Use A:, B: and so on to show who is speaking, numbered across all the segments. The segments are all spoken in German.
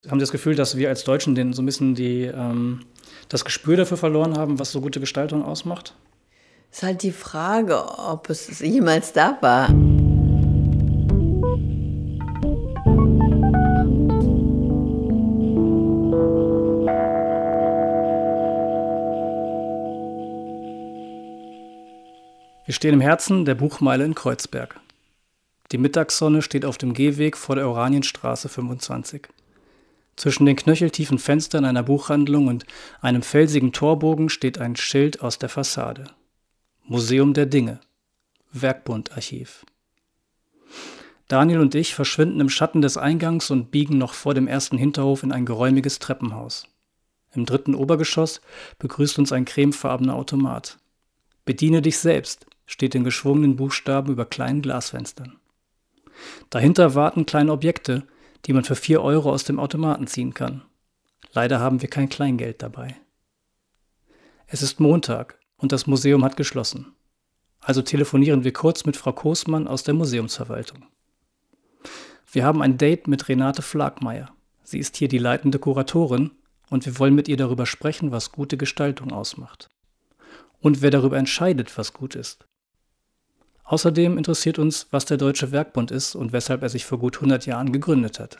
A: Haben Sie das Gefühl, dass wir als Deutschen so ein bisschen das Gespür dafür verloren haben, was so gute Gestaltung ausmacht?
B: Ist halt die Frage, ob es jemals da war.
A: Wir stehen im Herzen der Buchmeile in Kreuzberg. Die Mittagssonne steht auf dem Gehweg vor der Oranienstraße 25. Zwischen den knöcheltiefen Fenstern einer Buchhandlung und einem felsigen Torbogen steht ein Schild aus der Fassade. Museum der Dinge. Werkbund-Archiv. Daniel und ich verschwinden im Schatten des Eingangs und biegen noch vor dem ersten Hinterhof in ein geräumiges Treppenhaus. Im 3. Obergeschoss begrüßt uns ein cremefarbener Automat. Bediene dich selbst, steht in geschwungenen Buchstaben über kleinen Glasfenstern. Dahinter warten kleine Objekte, die man für 4 Euro aus dem Automaten ziehen kann. Leider haben wir kein Kleingeld dabei. Es ist Montag und das Museum hat geschlossen. Also telefonieren wir kurz mit Frau Koßmann aus der Museumsverwaltung. Wir haben ein Date mit Renate Flagmeier. Sie ist hier die leitende Kuratorin und wir wollen mit ihr darüber sprechen, was gute Gestaltung ausmacht. Und wer darüber entscheidet, was gut ist. Außerdem interessiert uns, was der Deutsche Werkbund ist und weshalb er sich vor gut 100 Jahren gegründet hat.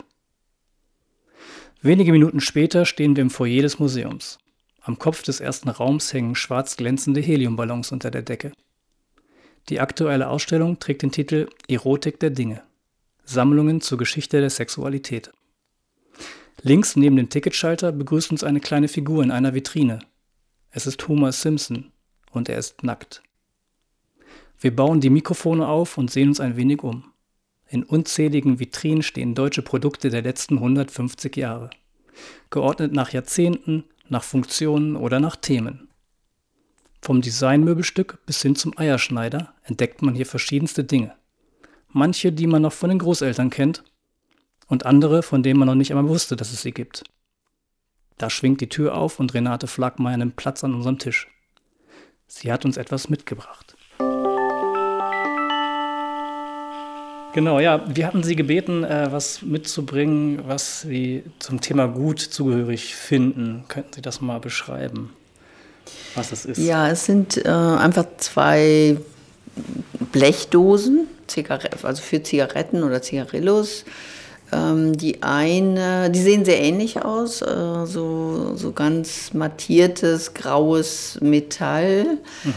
A: Wenige Minuten später stehen wir im Foyer des Museums. Am Kopf des ersten Raums hängen schwarz glänzende Heliumballons unter der Decke. Die aktuelle Ausstellung trägt den Titel Erotik der Dinge. Sammlungen zur Geschichte der Sexualität. Links neben dem Ticketschalter begrüßt uns eine kleine Figur in einer Vitrine. Es ist Homer Simpson und er ist nackt. Wir bauen die Mikrofone auf und sehen uns ein wenig um. In unzähligen Vitrinen stehen deutsche Produkte der letzten 150 Jahre. Geordnet nach Jahrzehnten, nach Funktionen oder nach Themen. Vom Designmöbelstück bis hin zum Eierschneider entdeckt man hier verschiedenste Dinge. Manche, die man noch von den Großeltern kennt und andere, von denen man noch nicht einmal wusste, dass es sie gibt. Da schwingt die Tür auf und Renate Flagmeier nimmt Platz an unserem Tisch. Sie hat uns etwas mitgebracht. Genau, ja, wir hatten Sie gebeten, was mitzubringen, was Sie zum Thema Gut zugehörig finden. Könnten Sie das mal beschreiben, was es ist?
B: Ja, es sind einfach 2 Blechdosen, also für Zigaretten oder Zigarillos. Die sehen sehr ähnlich aus, so ganz mattiertes, graues Metall,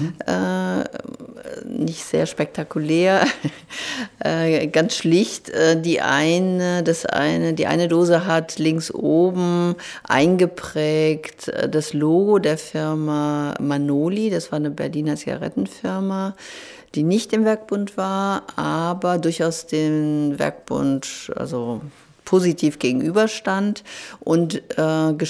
B: nicht sehr spektakulär, ganz schlicht. Die eine Dose hat links oben eingeprägt das Logo der Firma Manoli, das war eine Berliner Zigarettenfirma, die nicht im Werkbund war, aber durchaus dem Werkbund positiv gegenüberstand und als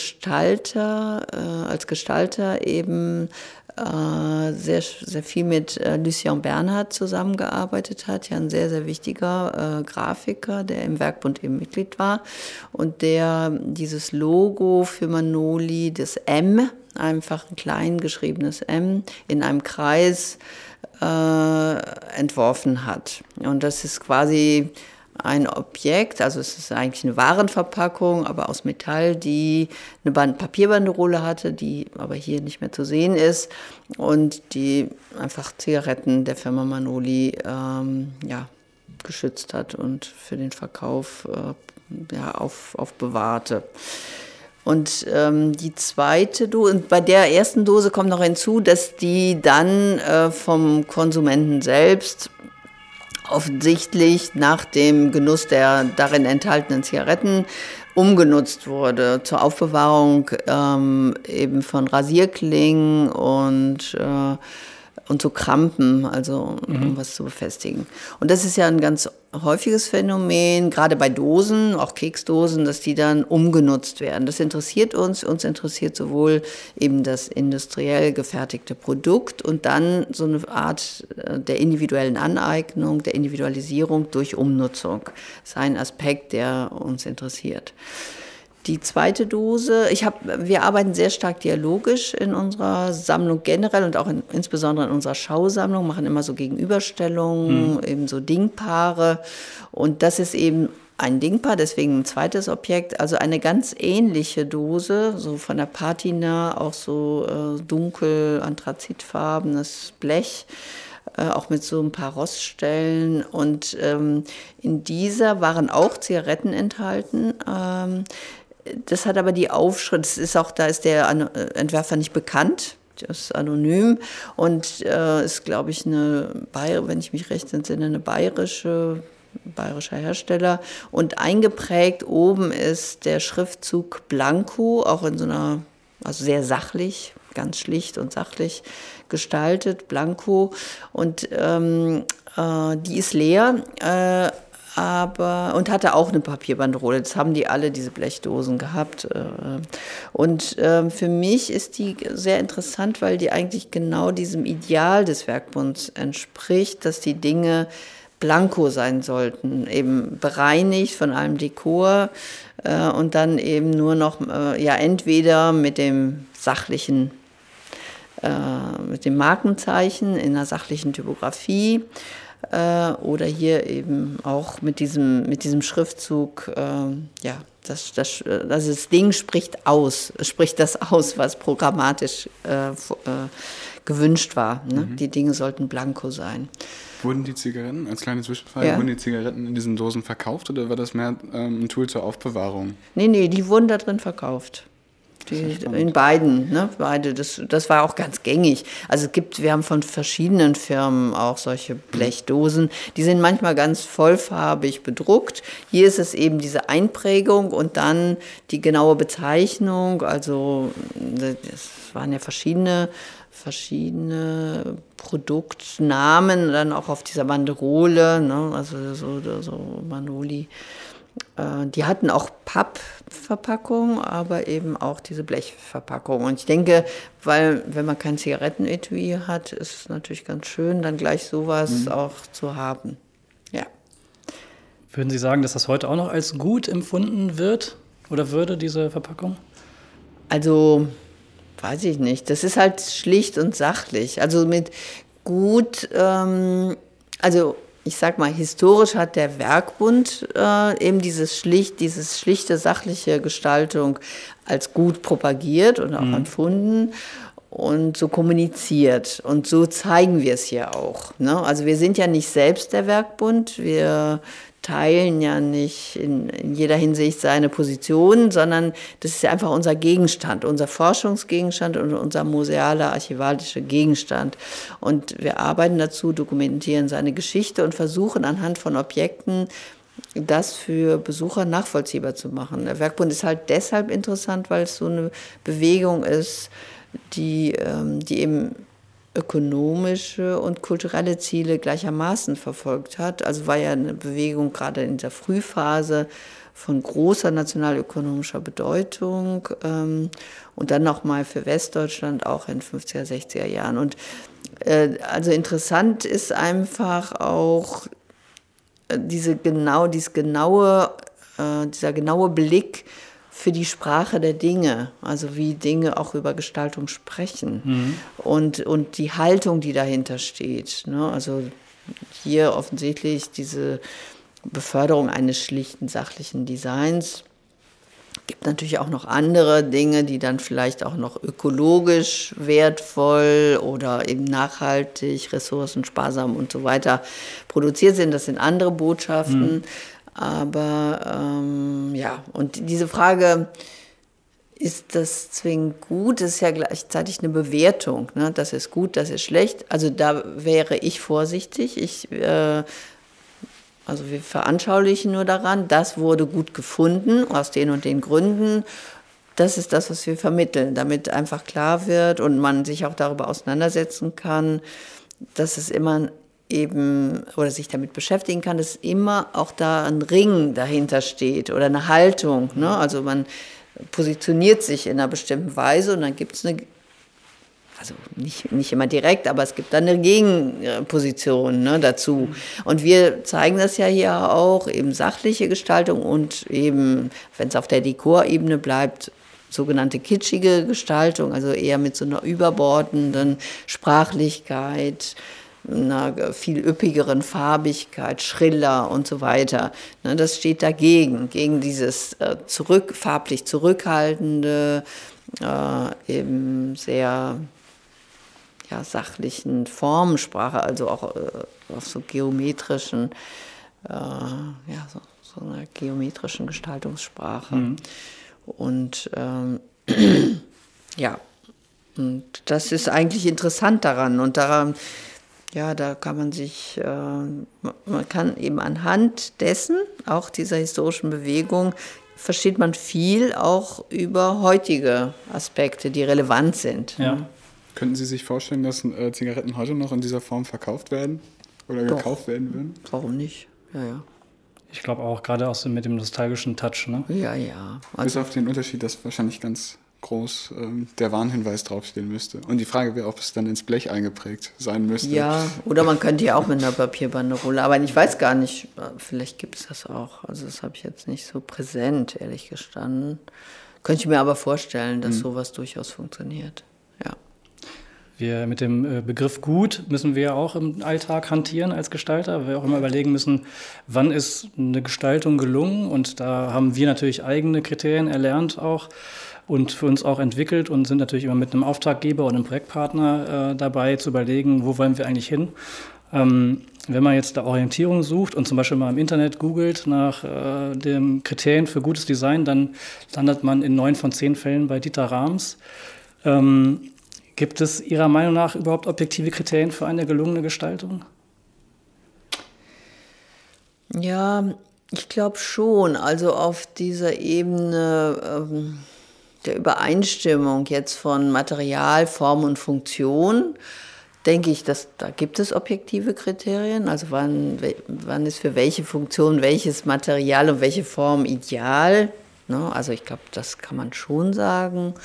B: Gestalter eben sehr, sehr viel mit Lucien Bernhard zusammengearbeitet hat, ja ein sehr, sehr wichtiger Grafiker, der im Werkbund eben Mitglied war und der dieses Logo für Manoli, das M, einfach ein klein geschriebenes M, in einem Kreis entworfen hat. Und das ist quasi ein Objekt, also es ist eigentlich eine Warenverpackung, aber aus Metall, die eine Papierbanderole hatte, die aber hier nicht mehr zu sehen ist und die einfach Zigaretten der Firma Manoli geschützt hat und für den Verkauf aufbewahrte. Und die zweite Dose, und bei der ersten Dose kommt noch hinzu, dass die dann vom Konsumenten selbst offensichtlich nach dem Genuss der darin enthaltenen Zigaretten umgenutzt wurde zur Aufbewahrung eben von Rasierklingen und so Krampen, also um was zu befestigen. Und das ist ja ein ganz häufiges Phänomen, gerade bei Dosen, auch Keksdosen, dass die dann umgenutzt werden. Das interessiert uns. Uns interessiert sowohl eben das industriell gefertigte Produkt und dann so eine Art der individuellen Aneignung, der Individualisierung durch Umnutzung. Das ist ein Aspekt, der uns interessiert. Die zweite Dose, wir arbeiten sehr stark dialogisch in unserer Sammlung generell und auch insbesondere in unserer Schausammlung, machen immer so Gegenüberstellungen, eben so Dingpaare. Und das ist eben ein Dingpaar, deswegen ein zweites Objekt, also eine ganz ähnliche Dose, so von der Patina, auch so dunkel, anthrazitfarbenes Blech, auch mit so ein paar Roststellen. Und in dieser waren auch Zigaretten enthalten. Das hat aber die Aufschrift, da ist der Entwerfer nicht bekannt. Das ist anonym und ist, glaube ich, wenn ich mich recht entsinne, eine bayerischer Hersteller. Und eingeprägt oben ist der Schriftzug Blanco, auch in so einer, also sehr sachlich, ganz schlicht und sachlich gestaltet, Blanco. Und die ist leer, und hatte auch eine Papierbandrolle. Das haben die alle, diese Blechdosen gehabt. Und für mich ist die sehr interessant, weil die eigentlich genau diesem Ideal des Werkbunds entspricht, dass die Dinge blanko sein sollten, eben bereinigt von allem Dekor und dann eben nur noch entweder mit dem sachlichen, mit dem Markenzeichen in einer sachlichen Typografie oder hier eben auch mit diesem Schriftzug, das Ding spricht das aus, was programmatisch gewünscht war. Ne? Die Dinge sollten blanko sein.
C: Wurden die Zigaretten, als kleine Zwischenfrage, wurden die Zigaretten in diesen Dosen verkauft oder war das mehr ein Tool zur Aufbewahrung?
B: Nee, die wurden da drin verkauft. In beiden, ne? Beide, das war auch ganz gängig. Also wir haben von verschiedenen Firmen auch solche Blechdosen. Die sind manchmal ganz vollfarbig bedruckt. Hier ist es eben diese Einprägung und dann die genaue Bezeichnung. Also es waren ja verschiedene Produktnamen dann auch auf dieser Banderole, ne? Also so Manoli. Die hatten auch Pappverpackung, aber eben auch diese Blechverpackung. Und ich denke, weil wenn man kein Zigarettenetui hat, ist es natürlich ganz schön, dann gleich sowas auch zu haben. Ja.
A: Würden Sie sagen, dass das heute auch noch als gut empfunden wird oder würde, diese Verpackung?
B: Also, weiß ich nicht. Das ist halt schlicht und sachlich. Also mit gut, ich sag mal, historisch hat der Werkbund eben diese schlichte, sachliche Gestaltung als gut propagiert und auch empfunden und so kommuniziert. Und so zeigen wir es hier auch. Ne? Also wir sind ja nicht selbst der Werkbund, wir teilen ja nicht in jeder Hinsicht seine Position, sondern das ist ja einfach unser Gegenstand, unser Forschungsgegenstand und unser musealer, archivalischer Gegenstand. Und wir arbeiten dazu, dokumentieren seine Geschichte und versuchen anhand von Objekten das für Besucher nachvollziehbar zu machen. Der Werkbund ist halt deshalb interessant, weil es so eine Bewegung ist, die eben ökonomische und kulturelle Ziele gleichermaßen verfolgt hat. Also war ja eine Bewegung gerade in der Frühphase von großer nationalökonomischer Bedeutung und dann nochmal für Westdeutschland auch in 50er, 60er Jahren. Und also interessant ist einfach auch dieser genaue Blick für die Sprache der Dinge, also wie Dinge auch über Gestaltung sprechen und die Haltung, die dahinter steht. Ne? Also hier offensichtlich diese Beförderung eines schlichten, sachlichen Designs. Es gibt natürlich auch noch andere Dinge, die dann vielleicht auch noch ökologisch wertvoll oder eben nachhaltig, ressourcensparsam und so weiter produziert sind. Das sind andere Botschaften. Aber und diese Frage, ist das zwingend gut, das ist ja gleichzeitig eine Bewertung. Ne? Das ist gut, das ist schlecht. Also da wäre ich vorsichtig. Also wir veranschaulichen nur daran, das wurde gut gefunden, aus den und den Gründen. Das ist das, was wir vermitteln, damit einfach klar wird und man sich auch darüber auseinandersetzen kann, dass es immer eben oder sich damit beschäftigen kann, dass immer auch da ein Ring dahinter steht oder eine Haltung. Ne? Also man positioniert sich in einer bestimmten Weise und dann gibt es also nicht immer direkt, aber es gibt dann eine Gegenposition, ne, dazu. Und wir zeigen das ja hier auch, eben sachliche Gestaltung und eben, wenn es auf der Dekorebene bleibt, sogenannte kitschige Gestaltung, also eher mit so einer überbordenden Sprachlichkeit, einer viel üppigeren Farbigkeit, schriller und so weiter. Ne, das steht dagegen, gegen dieses farblich zurückhaltende, eben sehr sachlichen Formensprache, also auch auf so geometrischen, so einer geometrischen Gestaltungssprache. Mhm. Und und das ist eigentlich interessant daran. Und daran, da kann man sich, man kann eben anhand dessen, auch dieser historischen Bewegung, versteht man viel auch über heutige Aspekte, die relevant sind.
C: Ja. Könnten Sie sich vorstellen, dass Zigaretten heute noch in dieser Form verkauft werden oder gekauft werden würden?
B: Warum nicht? Ja.
A: Ich glaube auch, gerade auch so mit dem nostalgischen Touch, ne?
B: Ja.
C: Bis auf den Unterschied, dass wahrscheinlich ganz groß der Warnhinweis draufstehen müsste. Und die Frage wäre, ob es dann ins Blech eingeprägt sein müsste.
B: Ja, oder man könnte ja auch mit einer Papierbanderole, aber ich weiß gar nicht, vielleicht gibt es das auch. Also das habe ich jetzt nicht so präsent, ehrlich gestanden. Könnte ich mir aber vorstellen, dass sowas durchaus funktioniert. Ja.
A: Mit dem Begriff gut müssen wir auch im Alltag hantieren als Gestalter, weil wir auch immer überlegen müssen, wann ist eine Gestaltung gelungen, und da haben wir natürlich eigene Kriterien erlernt auch und für uns auch entwickelt und sind natürlich immer mit einem Auftraggeber und einem Projektpartner dabei zu überlegen, wo wollen wir eigentlich hin. Wenn man jetzt da Orientierung sucht und zum Beispiel mal im Internet googelt nach den Kriterien für gutes Design, dann landet man in 9 von 10 Fällen bei Dieter Rams. Gibt es Ihrer Meinung nach überhaupt objektive Kriterien für eine gelungene Gestaltung?
B: Ja, ich glaube schon. Also auf dieser Ebene der Übereinstimmung jetzt von Material, Form und Funktion, denke ich, da gibt es objektive Kriterien. Also wann ist für welche Funktion welches Material und welche Form ideal. Ne? Also ich glaube, das kann man schon sagen.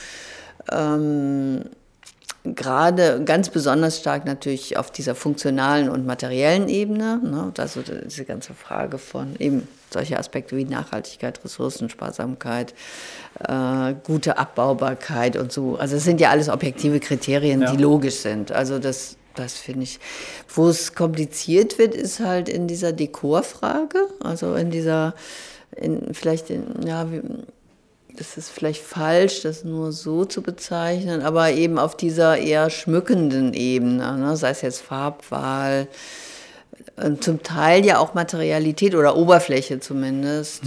B: Gerade ganz besonders stark natürlich auf dieser funktionalen und materiellen Ebene, ne? Also diese ganze Frage von eben solche Aspekte wie Nachhaltigkeit, Ressourcensparsamkeit, gute Abbaubarkeit und so. Also es sind ja alles objektive Kriterien, die logisch sind. Also das finde ich. Wo es kompliziert wird, ist halt in dieser Dekorfrage, also das ist vielleicht falsch, das nur so zu bezeichnen, aber eben auf dieser eher schmückenden Ebene, ne? Sei es jetzt Farbwahl, zum Teil ja auch Materialität oder Oberfläche zumindest,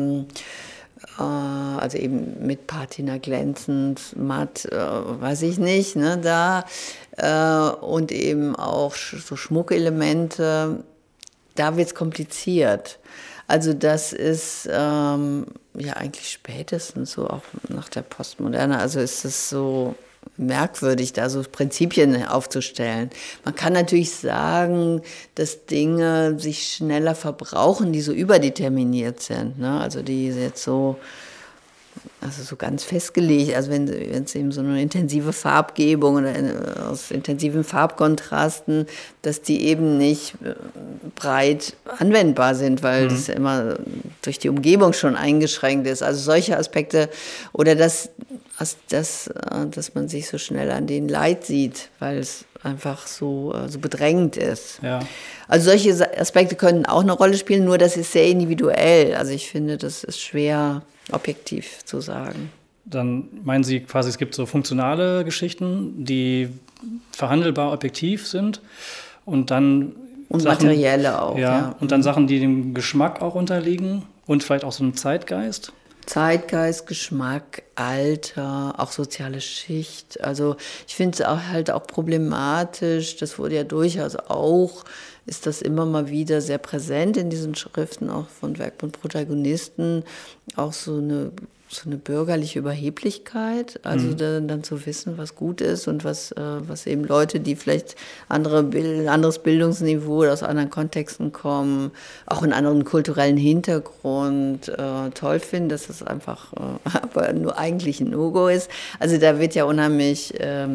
B: also eben mit Patina glänzend, matt, weiß ich nicht, ne, und eben auch so Schmuckelemente, da wird es kompliziert. Also das ist eigentlich spätestens so auch nach der Postmoderne, also ist es so merkwürdig, da so Prinzipien aufzustellen. Man kann natürlich sagen, dass Dinge sich schneller verbrauchen, die so überdeterminiert sind, ne? Also die jetzt so ganz festgelegt, also wenn es eben so eine intensive Farbgebung oder aus intensiven Farbkontrasten, dass die eben nicht breit anwendbar sind, weil das immer durch die Umgebung schon eingeschränkt ist. Also solche Aspekte oder dass man sich so schnell an den Leid sieht, weil es einfach so bedrängend ist. Ja. Also solche Aspekte können auch eine Rolle spielen, nur das ist sehr individuell. Also ich finde, das ist schwer objektiv zu sagen.
A: Dann meinen Sie quasi, es gibt so funktionale Geschichten, die verhandelbar objektiv sind und dann
B: und Sachen, materielle auch.
A: Ja. Und dann Sachen, die dem Geschmack auch unterliegen und vielleicht auch so einem Zeitgeist.
B: Zeitgeist, Geschmack, Alter, auch soziale Schicht. Also ich finde es halt auch problematisch, das wurde ja durchaus auch, ist das immer mal wieder sehr präsent in diesen Schriften, auch von Werkbund-Protagonisten, auch so eine bürgerliche Überheblichkeit, also dann zu wissen, was gut ist und was eben Leute, die vielleicht ein anderes Bildungsniveau oder aus anderen Kontexten kommen, auch einen anderen kulturellen Hintergrund toll finden, dass das einfach aber nur eigentlich ein No-Go ist. Also da wird ja unheimlich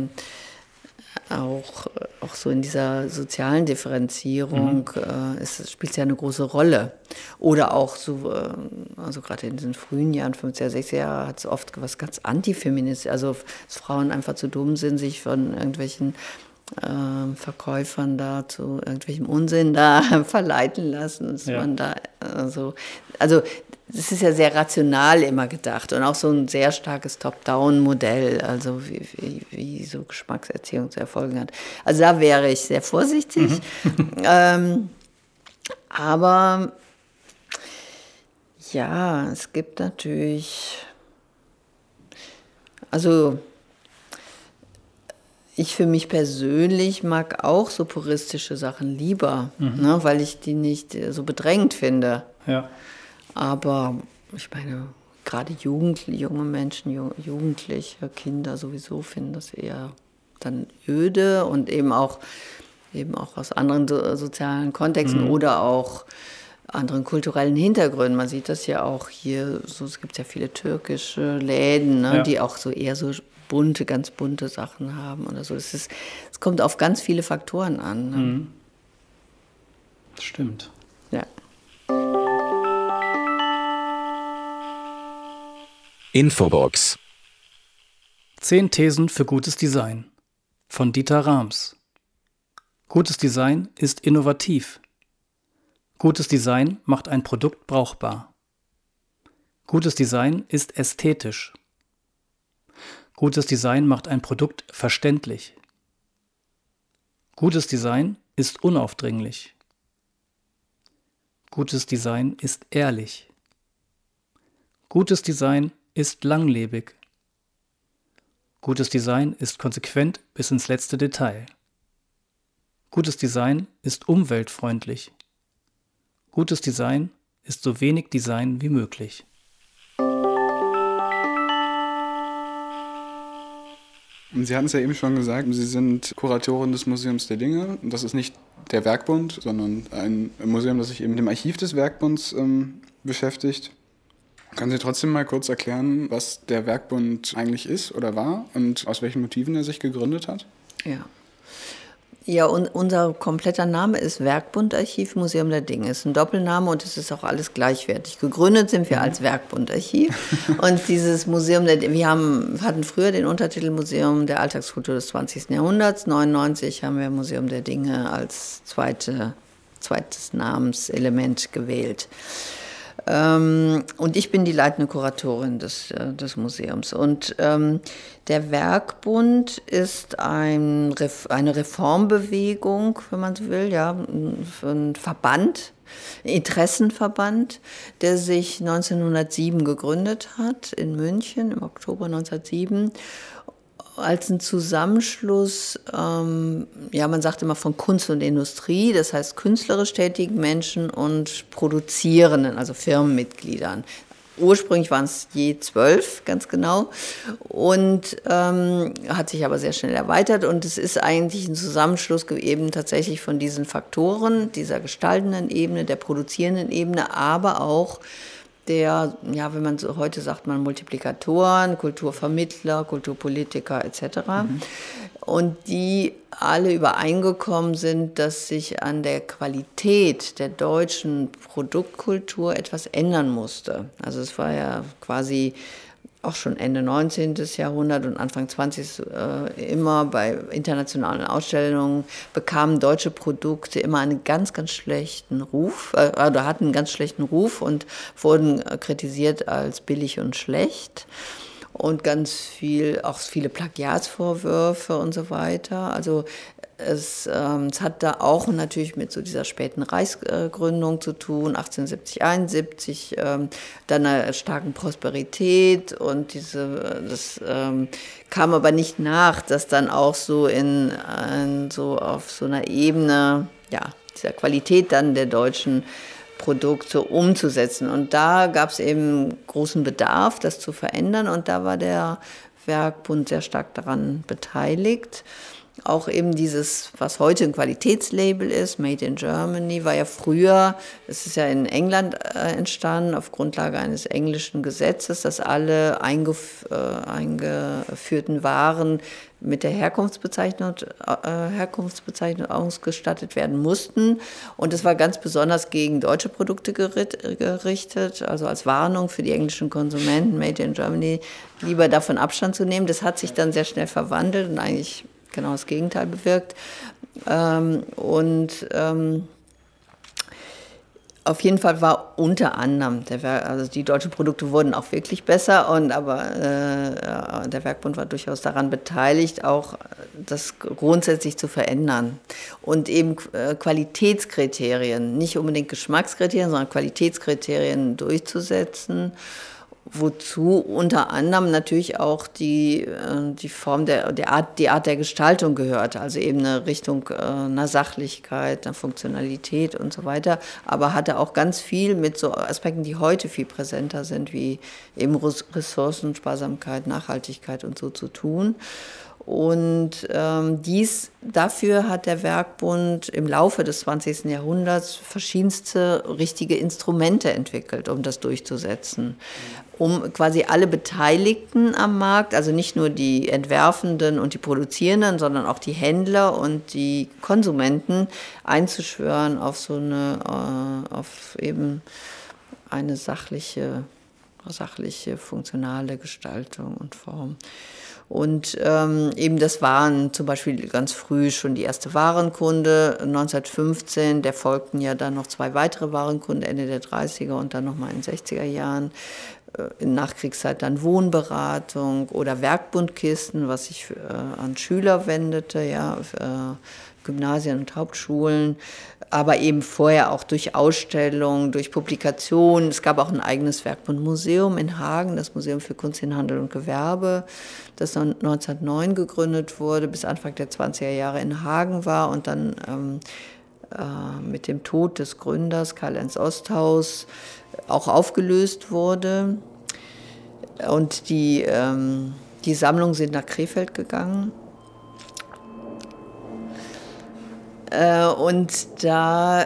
B: auch so in dieser sozialen Differenzierung spielt es ja eine große Rolle. Oder auch so, also gerade in diesen frühen Jahren, 50er, 60er Jahre, hat es oft was ganz Antifeministisches, also dass Frauen einfach zu dumm sind, sich von irgendwelchen Verkäufern da zu irgendwelchem Unsinn da verleiten lassen, dass man da also das ist ja sehr rational immer gedacht und auch so ein sehr starkes Top-Down-Modell, also wie so Geschmackserziehung zu erfolgen hat. Also da wäre ich sehr vorsichtig. Aber ja, es gibt natürlich, also ich für mich persönlich mag auch so puristische Sachen lieber, ne, weil ich die nicht so bedrängend finde.
A: Ja.
B: Aber ich meine, gerade junge Menschen, Jugendliche, Kinder sowieso finden das eher dann öde und eben auch aus anderen sozialen Kontexten oder auch anderen kulturellen Hintergründen. Man sieht das ja auch hier, so, es gibt ja viele türkische Läden, ne, die auch so eher so ganz bunte Sachen haben oder so. Es kommt auf ganz viele Faktoren an. Ne?
A: Stimmt.
B: Ja.
D: Infobox.
A: 10 Thesen für gutes Design von Dieter Rams. Gutes Design ist innovativ. Gutes Design macht ein Produkt brauchbar. Gutes Design ist ästhetisch. Gutes Design macht ein Produkt verständlich. Gutes Design ist unaufdringlich. Gutes Design ist ehrlich. Gutes Design ist langlebig. Gutes Design ist konsequent bis ins letzte Detail. Gutes Design ist umweltfreundlich. Gutes Design ist so wenig Design wie möglich.
C: Sie hatten es ja eben schon gesagt, Sie sind Kuratorin des Museums der Dinge. Das ist nicht der Werkbund, sondern ein Museum, das sich eben mit dem Archiv des Werkbunds beschäftigt. Können Sie trotzdem mal kurz erklären, was der Werkbund eigentlich ist oder war und aus welchen Motiven er sich gegründet hat?
B: Ja, und unser kompletter Name ist Werkbund Archiv Museum der Dinge. Es ist ein Doppelname und es ist auch alles gleichwertig. Gegründet sind wir als Werkbund Archiv. Und dieses Museum wir hatten früher den Untertitel Museum der Alltagskultur des 20. Jahrhunderts. 1999 haben wir Museum der Dinge als zweites Namenselement gewählt. Und ich bin die leitende Kuratorin des Museums. Und der Werkbund ist eine Reformbewegung, wenn man so will, ein Verband, ein Interessenverband, der sich 1907 gegründet hat in München, im Oktober 1907. Als ein Zusammenschluss, man sagt immer von Kunst und Industrie, das heißt künstlerisch tätigen Menschen und Produzierenden, also Firmenmitgliedern. Ursprünglich waren es je 12, ganz genau, und hat sich aber sehr schnell erweitert. Und es ist eigentlich ein Zusammenschluss eben tatsächlich von diesen Faktoren, dieser gestaltenden Ebene, der produzierenden Ebene, aber auch wenn man so heute sagt, man Multiplikatoren, Kulturvermittler, Kulturpolitiker etc. Und die alle übereingekommen sind, dass sich an der Qualität der deutschen Produktkultur etwas ändern musste. Also es war ja quasi auch schon Ende 19. Jahrhundert und Anfang 20. Immer bei internationalen Ausstellungen bekamen deutsche Produkte immer einen ganz, ganz schlechten Ruf, oder hatten einen ganz schlechten Ruf und wurden kritisiert als billig und schlecht. Und auch viele Plagiatsvorwürfe und so weiter. Also es hat da auch natürlich mit so dieser späten Reichsgründung zu tun, 1870, 71, dann einer starken Prosperität und das kam aber nicht nach, dass dann auch so so auf so einer Ebene, dieser Qualität dann der deutschen Produkte umzusetzen. Und da gab es eben großen Bedarf, das zu verändern. Und da war der Werkbund sehr stark daran beteiligt. Auch eben dieses, was heute ein Qualitätslabel ist, Made in Germany, war ja früher, es ist ja in England entstanden, auf Grundlage eines englischen Gesetzes, dass alle eingeführten Waren mit der Herkunftsbezeichnung ausgestattet werden mussten. Und es war ganz besonders gegen deutsche Produkte gerichtet, also als Warnung für die englischen Konsumenten, Made in Germany, lieber davon Abstand zu nehmen. Das hat sich dann sehr schnell verwandelt und eigentlich genau das Gegenteil bewirkt. Auf jeden Fall war unter anderem, also die deutschen Produkte wurden auch wirklich besser, aber der Werkbund war durchaus daran beteiligt, auch das grundsätzlich zu verändern. Und eben Qualitätskriterien, nicht unbedingt Geschmackskriterien, sondern Qualitätskriterien durchzusetzen, wozu unter anderem natürlich auch die Form die Art der Gestaltung gehört, also eben eine Richtung einer Sachlichkeit, einer Funktionalität und so weiter, aber hatte auch ganz viel mit so Aspekten, die heute viel präsenter sind, wie eben Ressourcensparsamkeit, Nachhaltigkeit und so zu tun. Und dafür hat der Werkbund im Laufe des 20. Jahrhunderts verschiedenste richtige Instrumente entwickelt, um das durchzusetzen. Um quasi alle Beteiligten am Markt, also nicht nur die Entwerfenden und die Produzierenden, sondern auch die Händler und die Konsumenten einzuschwören auf auf eben eine sachliche, funktionale Gestaltung und Form. Und eben das waren zum Beispiel ganz früh schon die erste Warenkunde, 1915, der folgten ja dann noch 2 weitere Warenkunden, Ende der 30er und dann nochmal in den 60er Jahren. In Nachkriegszeit dann Wohnberatung oder Werkbundkisten, was sich an Schüler wendete, ja, Gymnasien und Hauptschulen, aber eben vorher auch durch Ausstellungen, durch Publikationen. Es gab auch ein eigenes Werkbundmuseum in Hagen, das Museum für Kunst in Handel und Gewerbe, das 1909 gegründet wurde, bis Anfang der 20er Jahre in Hagen war und dann mit dem Tod des Gründers Karl-Ernst Osthaus auch aufgelöst wurde. Und die Sammlungen sind nach Krefeld gegangen. Und da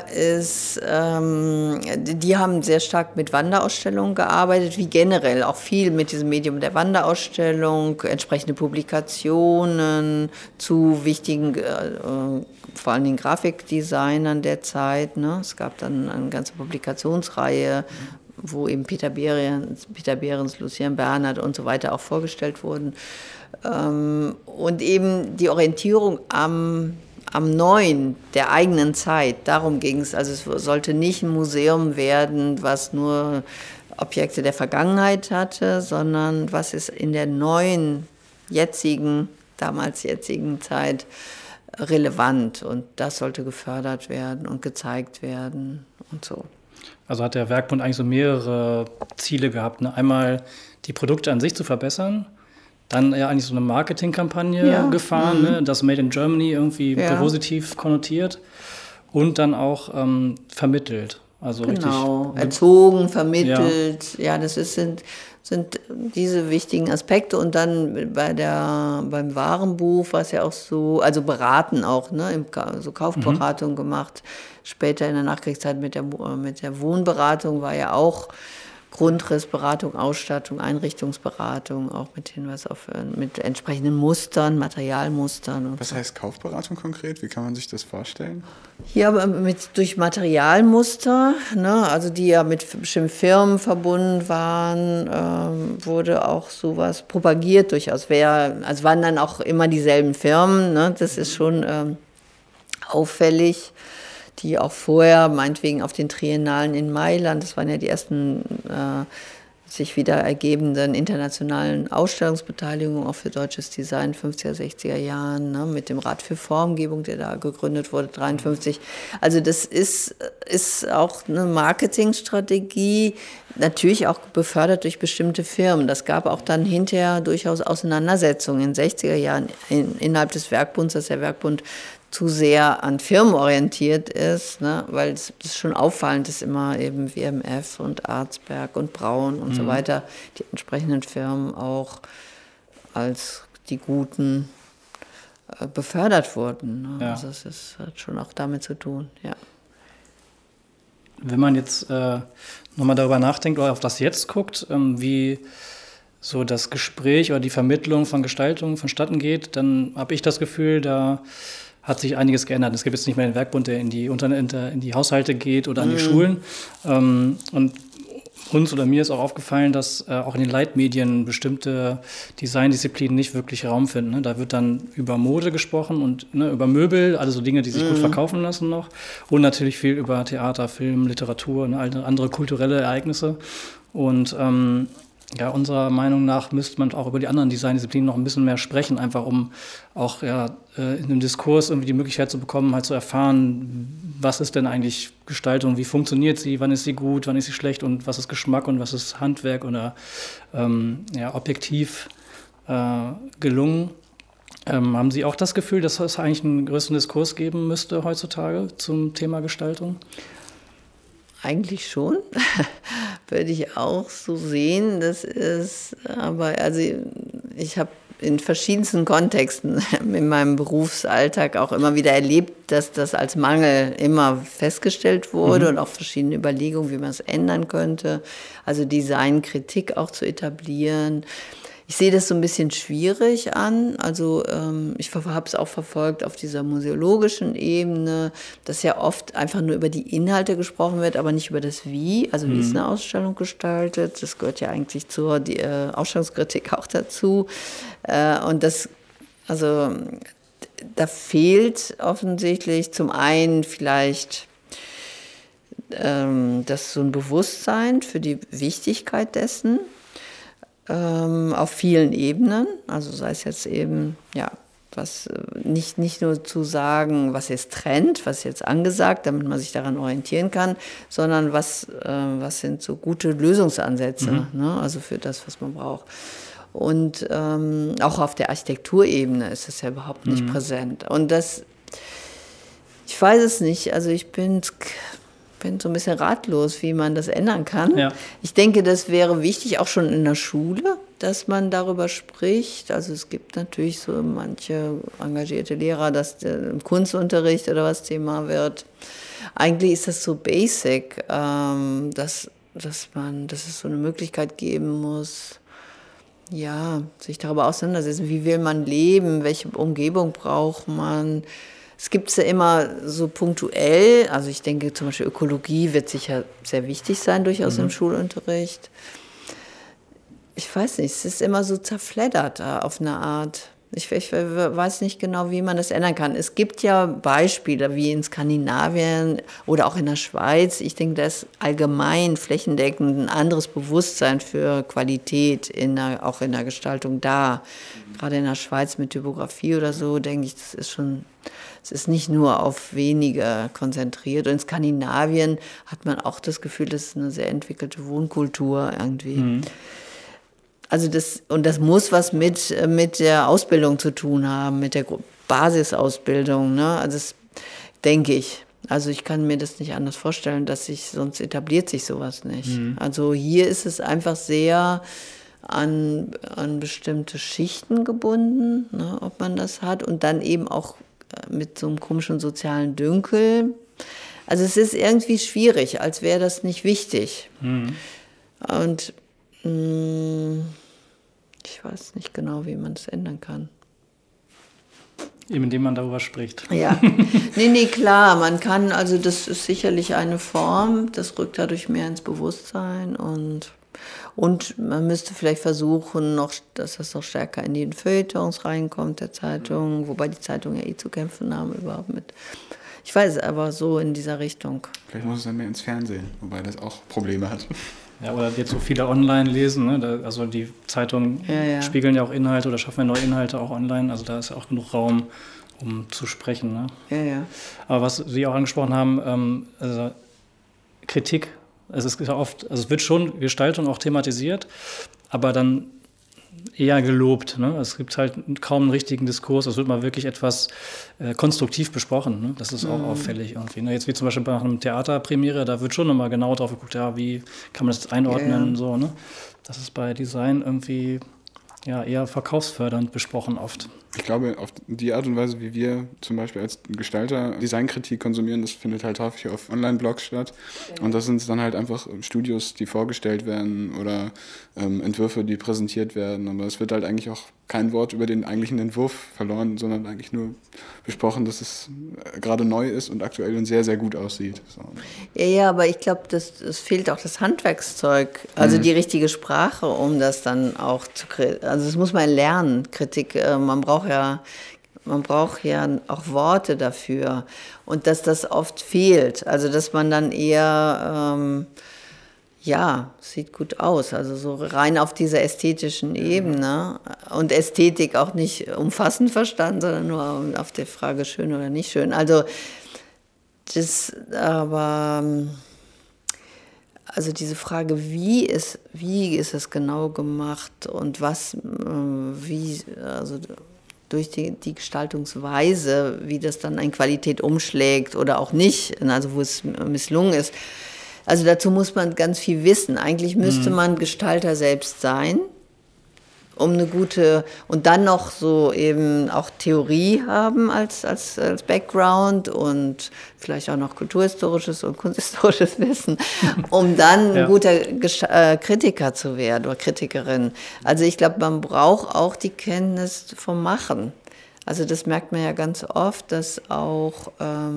B: die haben sehr stark mit Wanderausstellungen gearbeitet, wie generell auch viel mit diesem Medium der Wanderausstellung, entsprechende Publikationen zu wichtigen, vor allen Dingen Grafikdesignern der Zeit. Ne? Es gab dann eine ganze Publikationsreihe, wo eben Peter Behrens, Lucien Bernhard und so weiter auch vorgestellt wurden. Und eben die Orientierung am Neuen, der eigenen Zeit, darum ging es. Also es sollte nicht ein Museum werden, was nur Objekte der Vergangenheit hatte, sondern was ist in der neuen, damals jetzigen Zeit relevant. Und das sollte gefördert werden und gezeigt werden und so.
A: Also hat der Werkbund eigentlich so mehrere Ziele gehabt. Ne? Einmal die Produkte an sich zu verbessern, dann ja eigentlich so eine Marketingkampagne gefahren, ne? Das Made in Germany irgendwie positiv konnotiert und dann auch vermittelt. Also
B: genau, richtig erzogen, vermittelt. Ja, das sind diese wichtigen Aspekte. Und dann beim Warenbuch war es ja auch so, also beraten auch, ne? So Kaufberatung gemacht. Später in der Nachkriegszeit mit der Wohnberatung war ja auch Grundrissberatung, Ausstattung, Einrichtungsberatung, auch mit Hinweis mit entsprechenden Mustern, Materialmustern.
C: Was heißt Kaufberatung konkret? Wie kann man sich das vorstellen?
B: Hier durch Materialmuster, ne, also die ja mit bestimmten Firmen verbunden waren, wurde auch sowas propagiert durchaus. Also waren dann auch immer dieselben Firmen, ne, das ist schon auffällig. Die auch vorher, meinetwegen auf den Triennalen in Mailand, das waren ja die ersten sich wieder ergebenden internationalen Ausstellungsbeteiligungen auch für deutsches Design, 50er, 60er Jahren, ne, mit dem Rat für Formgebung, der da gegründet wurde, 1953. Also das ist auch eine Marketingstrategie, natürlich auch befördert durch bestimmte Firmen. Das gab auch dann hinterher durchaus Auseinandersetzungen in den 60er Jahren innerhalb des Werkbunds, dass der Werkbund zu sehr an Firmen orientiert ist, ne? Weil es ist schon auffallend, dass immer eben WMF und Arzberg und Braun und so weiter, die entsprechenden Firmen auch als die Guten befördert wurden. Ne? Ja. Also es hat schon auch damit zu tun, ja.
A: Wenn man jetzt nochmal darüber nachdenkt oder auf das Jetzt guckt, wie so das Gespräch oder die Vermittlung von Gestaltung vonstatten geht, dann habe ich das Gefühl, da hat sich einiges geändert. Es gibt jetzt nicht mehr den Werkbund, der in die Haushalte geht oder an die Schulen. Und uns oder mir ist auch aufgefallen, dass auch in den Leitmedien bestimmte Designdisziplinen nicht wirklich Raum finden. Ne? Da wird dann über Mode gesprochen und über Möbel, also so Dinge, die sich gut verkaufen lassen noch. Und natürlich viel über Theater, Film, Literatur, andere kulturelle Ereignisse. Und unserer Meinung nach müsste man auch über die anderen Designdisziplinen noch ein bisschen mehr sprechen, einfach um auch in einem Diskurs irgendwie die Möglichkeit zu bekommen, halt zu erfahren, was ist denn eigentlich Gestaltung, wie funktioniert sie, wann ist sie gut, wann ist sie schlecht und was ist Geschmack und was ist Handwerk oder objektiv gelungen. Haben Sie auch das Gefühl, dass es eigentlich einen größeren Diskurs geben müsste heutzutage zum Thema Gestaltung?
B: Eigentlich schon, würde ich auch so sehen. Das ist, aber also ich habe in verschiedensten Kontexten in meinem Berufsalltag auch immer wieder erlebt, dass das als Mangel immer festgestellt wurde und auch verschiedene Überlegungen, wie man es ändern könnte. Also Designkritik auch zu etablieren. Ich sehe das so ein bisschen schwierig an. Also ich habe es auch verfolgt auf dieser museologischen Ebene, dass ja oft einfach nur über die Inhalte gesprochen wird, aber nicht über das Wie. Also wie ist eine Ausstellung gestaltet? Das gehört ja eigentlich zur Ausstellungskritik auch dazu. Und da fehlt offensichtlich zum einen vielleicht das so ein Bewusstsein für die Wichtigkeit dessen. Auf vielen Ebenen, also sei es jetzt eben, was nicht nur zu sagen, was jetzt Trend, was jetzt angesagt, damit man sich daran orientieren kann, sondern was sind so gute Lösungsansätze, ne? Also für das, was man braucht. Und auch auf der Architekturebene ist das ja überhaupt nicht präsent. Und ich weiß es nicht, also ich bin so ein bisschen ratlos, wie man das ändern kann. Ja. Ich denke, das wäre wichtig, auch schon in der Schule, dass man darüber spricht. Also es gibt natürlich so manche engagierte Lehrer, dass im Kunstunterricht oder was Thema wird. Eigentlich ist das so basic, dass es so eine Möglichkeit geben muss, sich darüber auseinandersetzen, wie will man leben, welche Umgebung braucht man. Es gibt es ja immer so punktuell, also ich denke zum Beispiel Ökologie wird sicher sehr wichtig sein, durchaus im Schulunterricht. Ich weiß nicht, es ist immer so zerfleddert auf eine Art. Ich weiß nicht genau, wie man das ändern kann. Es gibt ja Beispiele, wie in Skandinavien oder auch in der Schweiz. Ich denke, da ist allgemein flächendeckend ein anderes Bewusstsein für Qualität auch in der Gestaltung da. Gerade in der Schweiz mit Typografie oder so, denke ich, es ist nicht nur auf wenige konzentriert. Und in Skandinavien hat man auch das Gefühl, das ist eine sehr entwickelte Wohnkultur irgendwie. Also das muss was mit der Ausbildung zu tun haben, mit der Basisausbildung, ne? Also das denke ich. Also ich kann mir das nicht anders vorstellen, sonst etabliert sich sowas nicht. Also hier ist es einfach sehr an bestimmte Schichten gebunden, ne, ob man das hat. Und dann eben auch mit so einem komischen sozialen Dünkel. Also es ist irgendwie schwierig, als wäre das nicht wichtig. Und ich weiß nicht genau, wie man das ändern kann.
A: Eben indem man darüber spricht.
B: Ja, nee, klar, man kann, also das ist sicherlich eine Form, das rückt dadurch mehr ins Bewusstsein und man müsste vielleicht versuchen, dass das noch stärker in die Feuilletons reinkommt der Zeitung, wobei die Zeitungen ja zu kämpfen haben überhaupt mit. Ich weiß, aber so in dieser Richtung.
C: Vielleicht muss es dann mehr ins Fernsehen, wobei das auch Probleme hat.
A: Ja, oder jetzt so viele online lesen, ne? Also die Zeitungen spiegeln ja auch Inhalte oder schaffen ja neue Inhalte auch online, also da ist ja auch genug Raum, um zu sprechen. Ne?
B: Ja.
A: Aber was Sie auch angesprochen haben, also Kritik, es ist ja oft, also es wird schon Gestaltung auch thematisiert, aber dann eher gelobt. Ne? Es gibt halt kaum einen richtigen Diskurs, es wird mal wirklich etwas konstruktiv besprochen. Ne? Das ist auch auffällig irgendwie. Ne? Jetzt wie zum Beispiel bei einer Theaterpremiere, da wird schon nochmal genau drauf geguckt, wie kann man das einordnen. So, ne? Das ist bei Design irgendwie eher verkaufsfördernd besprochen oft.
C: Ich glaube, auf die Art und Weise, wie wir zum Beispiel als Gestalter Designkritik konsumieren, das findet halt häufig auf Online-Blogs statt. Ja. Und das sind dann halt einfach Studios, die vorgestellt werden oder Entwürfe, die präsentiert werden. Aber es wird halt eigentlich auch kein Wort über den eigentlichen Entwurf verloren, sondern eigentlich nur besprochen, dass es gerade neu ist und aktuell und sehr, sehr gut aussieht. So.
B: Ja, aber ich glaube, es fehlt auch das Handwerkszeug, also die richtige Sprache, um das dann auch zu kritisieren. Also das muss man lernen, Kritik. Man braucht ja auch Worte dafür. Und dass das oft fehlt. Also dass man dann eher... sieht gut aus. Also so rein auf dieser ästhetischen Ebene. Und Ästhetik auch nicht umfassend verstanden, sondern nur auf der Frage schön oder nicht schön. Also diese Frage, wie ist es genau gemacht und durch die Gestaltungsweise, wie das dann in Qualität umschlägt oder auch nicht, also wo es misslungen ist. Also dazu muss man ganz viel wissen. Eigentlich müsste man Gestalter selbst sein, um eine gute, und dann noch so eben auch Theorie haben als Background und vielleicht auch noch kulturhistorisches und kunsthistorisches Wissen, um dann ein guter Kritiker zu werden oder Kritikerin. Also ich glaube, man braucht auch die Kenntnis vom Machen. Also das merkt man ja ganz oft, dass auch...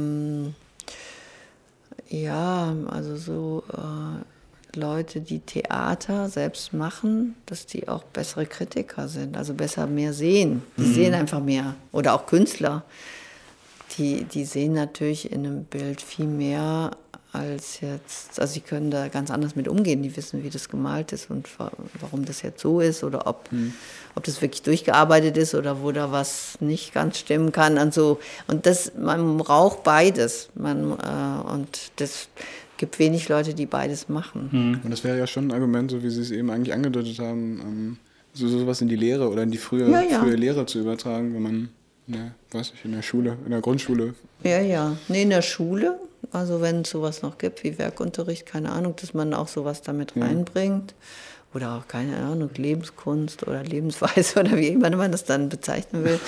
B: Leute, die Theater selbst machen, dass die auch bessere Kritiker sind, also besser mehr sehen. Die sehen einfach mehr. Oder auch Künstler, die sehen natürlich in einem Bild viel mehr als jetzt, also sie können da ganz anders mit umgehen, die wissen, wie das gemalt ist und warum das jetzt so ist oder ob das wirklich durchgearbeitet ist oder wo da was nicht ganz stimmen kann und so. Und man braucht beides. Und das gibt wenig Leute, die beides machen.
C: Und das wäre ja schon ein Argument, so wie Sie es eben eigentlich angedeutet haben, sowas in die Lehre oder in die frühe Lehre zu übertragen, wenn man, in der Schule, in der Grundschule.
B: In der Schule, also wenn es sowas noch gibt wie Werkunterricht, keine Ahnung, dass man auch sowas damit reinbringt. Oder auch, keine Ahnung, Lebenskunst oder Lebensweise oder wie immer man das dann bezeichnen will.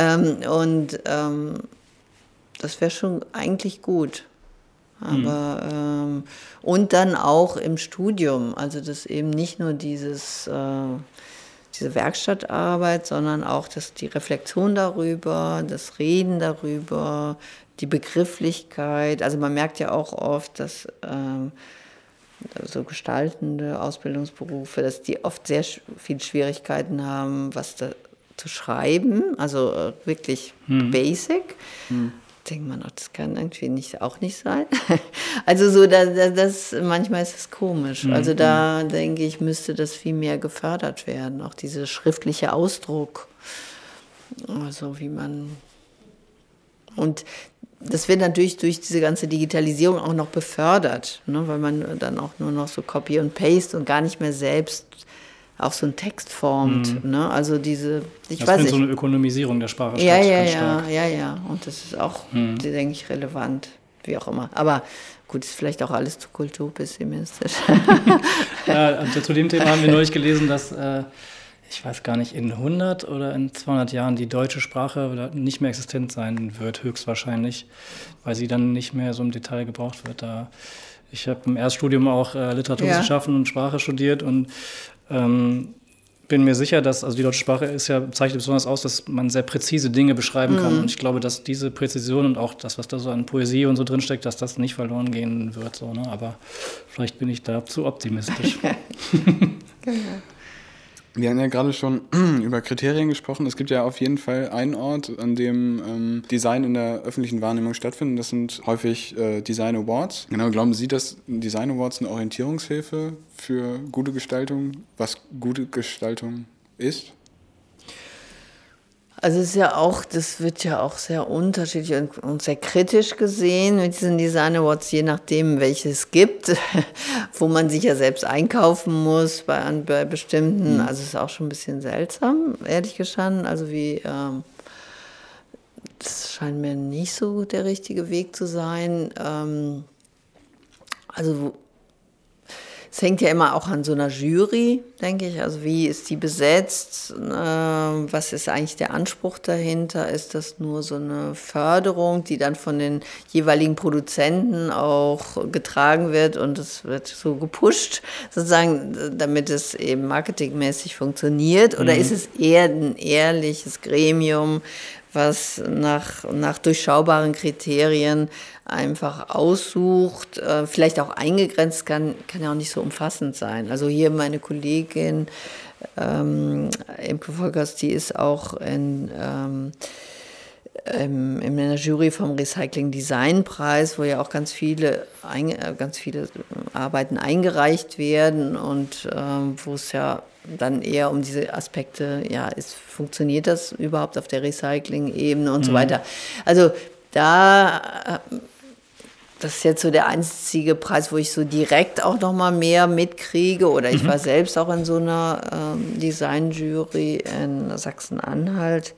B: Das wäre schon eigentlich gut. Aber und dann auch im Studium, also das eben nicht nur diese Werkstattarbeit, sondern auch die Reflexion darüber, das Reden darüber, die Begrifflichkeit. Also man merkt ja auch oft, dass so gestaltende Ausbildungsberufe, dass die oft sehr viele Schwierigkeiten haben, was da zu schreiben, also wirklich basic. Denkt man, das kann irgendwie auch nicht sein. Also so, manchmal ist es komisch. Also da denke ich, müsste das viel mehr gefördert werden. Auch dieser schriftliche Ausdruck. Also wie man... Und das wird natürlich durch diese ganze Digitalisierung auch noch befördert, ne? Weil man dann auch nur noch so Copy und Paste und gar nicht mehr selbst auch so einen Text formt. Ne? Also ich weiß nicht.
A: So eine Ökonomisierung der Sprache.
B: Ja. Und das ist auch, denke ich, relevant, wie auch immer. Aber gut, ist vielleicht auch alles zu kulturpessimistisch.
A: Also zu dem Thema haben wir neulich gelesen, dass, ich weiß gar nicht, in 100 oder in 200 Jahren die deutsche Sprache nicht mehr existent sein wird, höchstwahrscheinlich, weil sie dann nicht mehr so im Detail gebraucht wird. Ich habe im Erststudium auch Literaturwissenschaften und Sprache studiert und bin mir sicher, dass, also die deutsche Sprache zeichnet besonders aus, dass man sehr präzise Dinge beschreiben kann. Und ich glaube, dass diese Präzision und auch das, was da so an Poesie und so drinsteckt, dass das nicht verloren gehen wird. So, ne? Aber vielleicht bin ich da zu optimistisch.
B: Genau.
C: Wir haben ja gerade schon über Kriterien gesprochen. Es gibt ja auf jeden Fall einen Ort, an dem Design in der öffentlichen Wahrnehmung stattfindet. Das sind häufig Design Awards. Genau, glauben Sie, dass Design Awards eine Orientierungshilfe für gute Gestaltung, was gute Gestaltung ist?
B: Also das wird ja auch sehr unterschiedlich und sehr kritisch gesehen mit diesen Design Awards, je nachdem, welches es gibt, wo man sich ja selbst einkaufen muss bei bestimmten. Also es ist auch schon ein bisschen seltsam, ehrlich gestanden. Also das scheint mir nicht so der richtige Weg zu sein. Es Es hängt ja immer auch an so einer Jury, denke ich. Also wie ist die besetzt? Was ist eigentlich der Anspruch dahinter? Ist das nur so eine Förderung, die dann von den jeweiligen Produzenten auch getragen wird und es wird so gepusht, sozusagen, damit es eben marketingmäßig funktioniert? Oder ist es eher ein ehrliches Gremium, was nach durchschaubaren Kriterien einfach aussucht, vielleicht auch eingegrenzt, kann ja auch nicht so umfassend sein. Also hier meine Kollegin Imke Volkers, die ist auch in der Jury vom Recycling-Design-Preis, wo ja auch ganz viele Arbeiten eingereicht werden und wo es ja dann eher um diese Aspekte, ja, funktioniert das überhaupt auf der Recycling-Ebene und so weiter. Also das ist jetzt so der einzige Preis, wo ich so direkt auch noch mal mehr mitkriege. Oder ich war selbst auch in so einer Design-Jury in Sachsen-Anhalt.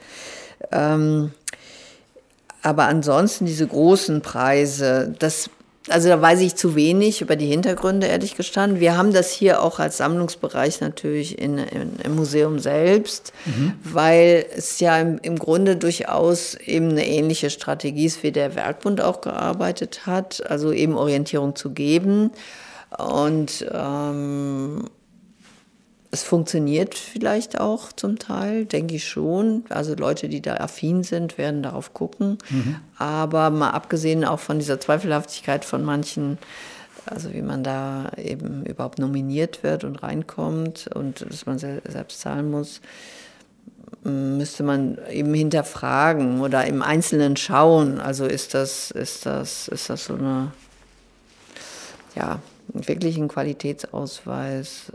B: Aber ansonsten diese großen Preise, also da weiß ich zu wenig über die Hintergründe, ehrlich gestanden. Wir haben das hier auch als Sammlungsbereich natürlich im Museum selbst, weil es ja im Grunde durchaus eben eine ähnliche Strategie ist, wie der Werkbund auch gearbeitet hat, also eben Orientierung zu geben. Und es funktioniert vielleicht auch zum Teil, denke ich schon. Also Leute, die da affin sind, werden darauf gucken. Aber mal abgesehen auch von dieser Zweifelhaftigkeit von manchen, also wie man da eben überhaupt nominiert wird und reinkommt und dass man selbst zahlen muss, müsste man eben hinterfragen oder im Einzelnen schauen. Also ist das so eine, ja, wirklich ein Qualitätsausweis?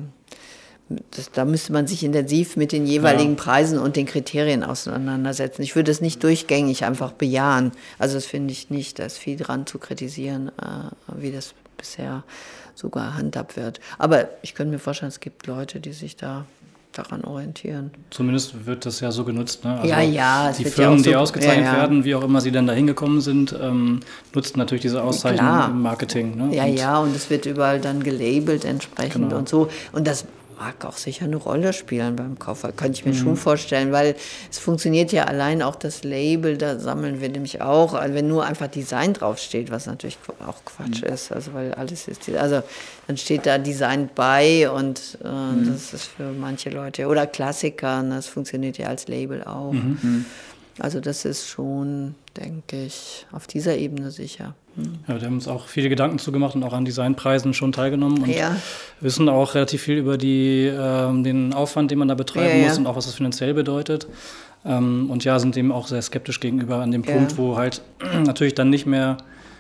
B: Da müsste man sich intensiv mit den jeweiligen Preisen und den Kriterien auseinandersetzen. Ich würde es nicht durchgängig einfach bejahen. Also das finde ich nicht. Da ist viel dran zu kritisieren, wie das bisher so gehandhabt wird. Aber ich könnte mir vorstellen, es gibt Leute, die sich daran orientieren.
A: Zumindest wird das ja so genutzt. Ne? Also
B: ja,
A: die Firmen, die ausgezeichnet werden, wie auch immer sie dann da hingekommen sind, nutzen natürlich diese Auszeichnung im Marketing. Ne?
B: Und es wird überall dann gelabelt entsprechend und so. Und das mag auch sicher eine Rolle spielen beim Kauf. Kann ich mir schon vorstellen, weil es funktioniert ja allein auch das Label, da sammeln wir nämlich auch, also wenn nur einfach Design draufsteht, was natürlich auch Quatsch ist, also weil alles ist, also dann steht da Design bei und das ist für manche Leute, oder Klassiker, das funktioniert ja als Label auch. Also das ist schon, denke ich, auf dieser Ebene sicher.
A: Ja, wir haben uns auch viele Gedanken zugemacht und auch an Designpreisen schon teilgenommen und wissen auch relativ viel über den Aufwand, den man da betreiben muss und auch, was das finanziell bedeutet. Und sind dem auch sehr skeptisch gegenüber an dem Punkt, wo halt natürlich dann nicht mehr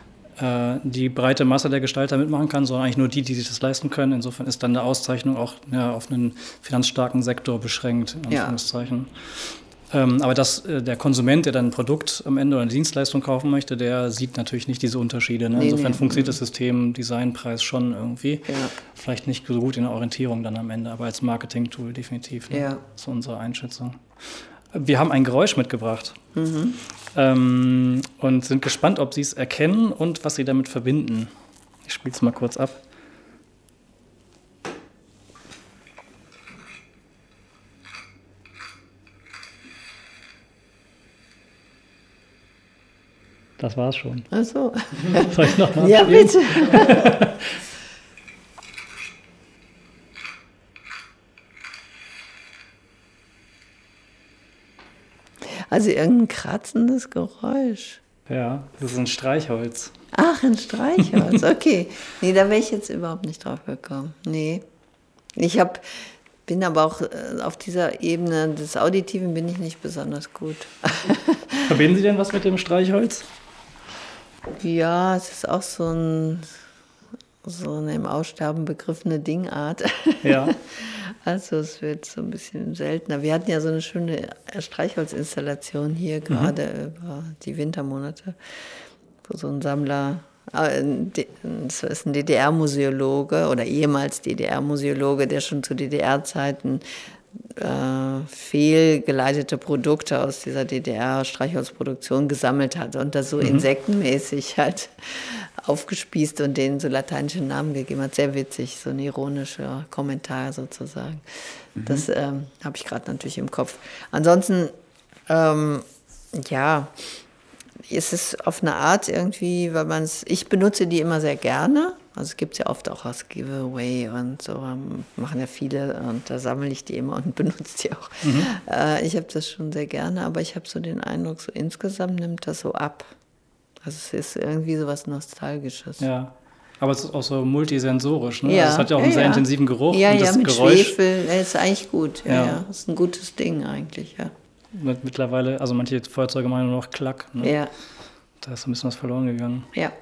A: die breite Masse der Gestalter mitmachen kann, sondern eigentlich nur die sich das leisten können. Insofern ist dann eine Auszeichnung auch auf einen finanzstarken Sektor beschränkt, in Anführungszeichen. Aber der Konsument, der dann ein Produkt am Ende oder eine Dienstleistung kaufen möchte, der sieht natürlich nicht diese Unterschiede. Ne? Insofern funktioniert das System Designpreis schon irgendwie. Ja. Vielleicht nicht so gut in der Orientierung dann am Ende, aber als Marketing-Tool definitiv. Ne? Ja. Das ist unsere Einschätzung. Wir haben ein Geräusch mitgebracht und sind gespannt, ob Sie es erkennen und was Sie damit verbinden. Ich spiele es mal kurz ab. Das war's schon.
B: Ach so.
A: Soll ich noch mal
B: Ja, bitte. Also irgendein kratzendes Geräusch.
A: Ja, das ist ein Streichholz.
B: Ach, ein Streichholz, okay. Nee, da wäre ich jetzt überhaupt nicht drauf gekommen. Nee. Bin aber auch auf dieser Ebene des Auditiven bin ich nicht besonders gut.
A: Verbinden Sie denn was mit dem Streichholz?
B: Ja, es ist auch so eine im Aussterben begriffene Dingart. Ja. Also es wird so ein bisschen seltener. Wir hatten ja so eine schöne Streichholzinstallation hier, gerade über die Wintermonate, wo so ein Sammler, das ist ein DDR-Museologe oder ehemals DDR-Museologe, der schon zu DDR-Zeiten fehlgeleitete Produkte aus dieser DDR-Streichholzproduktion gesammelt hat und das so insektenmäßig halt aufgespießt und denen so lateinische Namen gegeben hat. Sehr witzig, so ein ironischer Kommentar sozusagen. Das habe ich gerade natürlich im Kopf. Ansonsten, ja, ist es auf eine Art irgendwie, weil ich benutze die immer sehr gerne. Also es gibt es ja oft auch als Giveaway und so, machen ja viele und da sammle ich die immer und benutze die auch. Ich habe das schon sehr gerne, aber ich habe so den Eindruck, so insgesamt nimmt das so ab. Also es ist irgendwie so was Nostalgisches.
A: Ja, aber es ist auch so multisensorisch, ne?
B: Ja.
A: Also es hat ja auch einen sehr intensiven Geruch.
B: Ja,
A: und das
B: mit
A: Geräusch,
B: Schwefel, ist eigentlich gut. Ja, das ist ein gutes Ding eigentlich, ja.
A: Mittlerweile, also manche Feuerzeuge machen nur noch Klack. Ne?
B: Ja.
A: Da ist ein bisschen was verloren gegangen.
B: Ja.